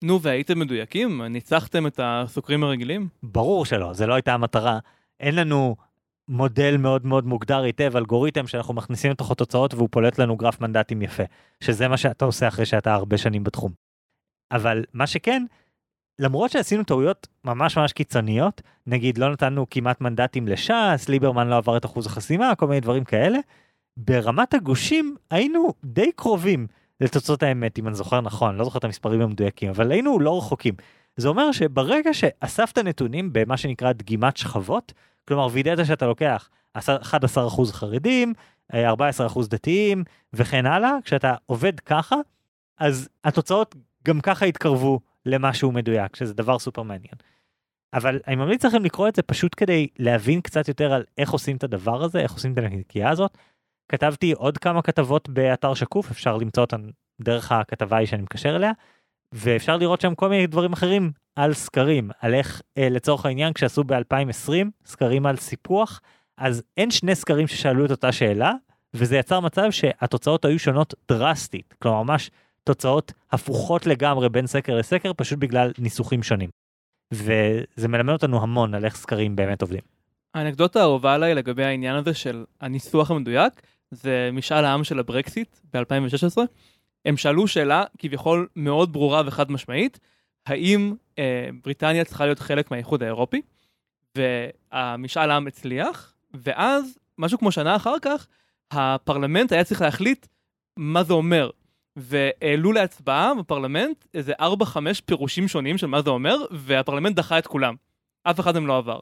נו, והייתם מדויקים? ניצחתם את הסוקרים הרגילים? ברור שלא, זה לא הייתה המטרה. אין לנו מודל מאוד מאוד מוגדר היטב, אלגוריתם שאנחנו מכניסים לתוכו תוצאות והוא פולט לנו גרף מנדטים יפה, שזה מה שאתה עושה אחרי שאתה הרבה שנים בתחום. אבל מה שכן, למרות שעשינו טעויות ממש ממש קיצוניות, נגיד לא נתנו כמעט מנדטים לש"ס, ליברמן לא עבר את אחוז החסימה, כל מיני דברים כאלה, ברמת הגושים היינו די קרובים לתוצאות האמת, אם אני זוכר נכון, לא זוכר את המספרים המדויקים, אבל היינו לא רחוקים. זה אומר שברגע שאספת נתונים במה שנקרא דגימת שכבות, כלומר וידאת שאתה לוקח אחד עשר אחוז חרדים, ארבעה עשר אחוז דתיים וכן הלאה, כשאתה עובד ככה, אז התוצאות גם ככה יתקרבו למשהו מדויק, שזה דבר סופר מעניין. אבל אני ממליץ לכם לקרוא את זה פשוט כדי להבין קצת יותר על איך עושים את הדבר הזה, איך עושים את הנקייה הזאת. כתבתי עוד כמה כתבות באתר שקוף, אפשר למצוא אותן דרך הכתבה היא שאני מקשר אליה, ואפשר לראות שם כל מיני דברים אחרים על סקרים, על איך אה, לצורך העניין כשעשו ב-אלפיים ועשרים סקרים על סיפוח, אז אין שני סקרים ששאלו את אותה שאלה, וזה יצר מצב שהתוצאות היו שונות דרסטית, כלומר ממש תוצאות הפוכות לגמרי בין סקר לסקר, פשוט בגלל ניסוחים שונים. וזה מלמד אותנו המון על איך סקרים באמת עובדים. האנקדוטה האהובה עליי לגבי העניין הזה של הניסוח המדויק, זה משאל העם של הברקסיט ב-אלפיים ושש עשרה. הם שאלו שאלה כביכול מאוד ברורה וחד משמעית, האם אה, בריטניה צריכה להיות חלק מהאיחוד האירופי, והמשאל העם הצליח, ואז משהו כמו שנה אחר כך, הפרלמנט היה צריך להחליט מה זה אומר, והעלו להצבעה בפרלמנט איזה ארבע חמש פירושים שונים של מה זה אומר, והפרלמנט דחה את כולם. אף אחד הם לא עבר.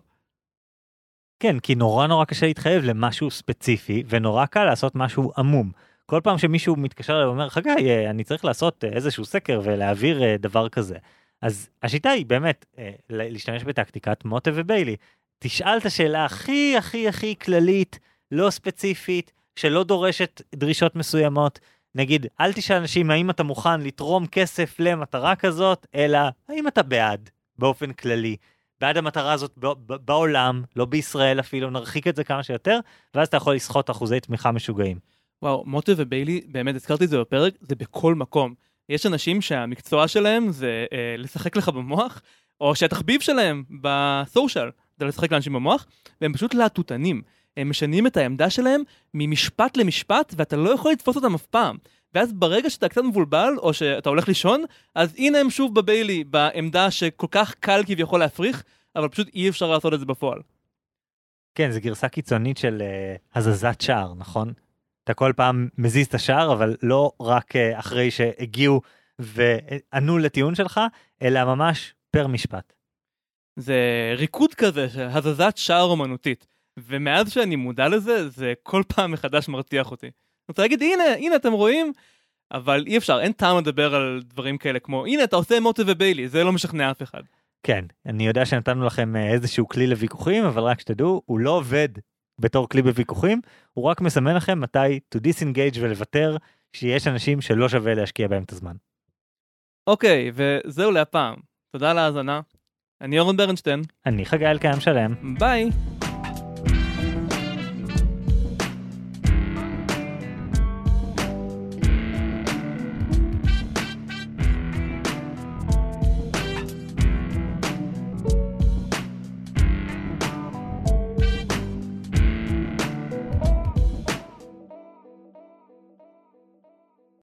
כן, כי נורא נורא קשה להתחייב למשהו ספציפי, ונורא קל לעשות משהו עמום. כל פעם שמישהו מתקשר אליו ואומר, חגי, אני צריך לעשות איזשהו סקר ולהעביר דבר כזה. אז השיטה היא באמת להשתמש בטקטיקת מוטה וביילי. תשאל את השאלה הכי הכי הכי כללית, לא ספציפית, שלא דורשת דרישות מסוימות. נגיד, אל תשאל אנשים האם אתה מוכן לתרום כסף למטרה כזאת, אלא האם אתה בעד, באופן כללי. בעד המטרה הזאת בעולם, לא בישראל אפילו, נרחיק את זה כמה שיותר, ואז אתה יכול לסחוט אחוזי תמיכה משוגעים. וואו, מוטה וביילי, באמת הזכרתי את זה בפרק, זה בכל מקום. יש אנשים שהמקצוע שלהם זה אה, לשחק לך במוח, או שהתחביב שלהם בסושיאל, זה לשחק לאנשים במוח, והם פשוט להטוטנים. הם משנים את העמדה שלהם ממשפט למשפט, ואתה לא יכול לתפוס אותם אף פעם. ואז ברגע שאתה קצת מבולבל, או שאתה הולך לישון, אז הנה הם שוב בביילי, בעמדה שכל כך קל כביכול להפריך, אבל פשוט אי אפשר לעשות את זה בפועל. כן, זו גרסה קיצונית של uh, הזזת שער, נכון? אתה כל פעם מזיז את השער, אבל לא רק uh, אחרי שהגיעו וענו לטיעון שלך, אלא ממש פר משפט. זה ריקוד כזה, הזזת שער אומנותית. ומאז שאני מודע לזה, זה כל פעם מחדש מרתיח אותי. אני רוצה להגיד, הנה, הנה אתם רואים, אבל אי אפשר, אין טעם לדבר על דברים כאלה כמו, הנה אתה עושה מוטה וביילי, זה לא משכנע אף אחד. כן, אני יודע שנתנו לכם איזשהו כלי לוויכוחים, אבל רק שתדעו, הוא לא עובד בתור כלי בוויכוחים, הוא רק מסמן לכם מתי to disengage ולוותר, שיש אנשים שלא שווה להשקיע בהם את הזמן. אוקיי, וזהו להפעם. תודה על ההאזנה. אני אורן ברנשטיין. אני חגי אלקיים שלם. ביי.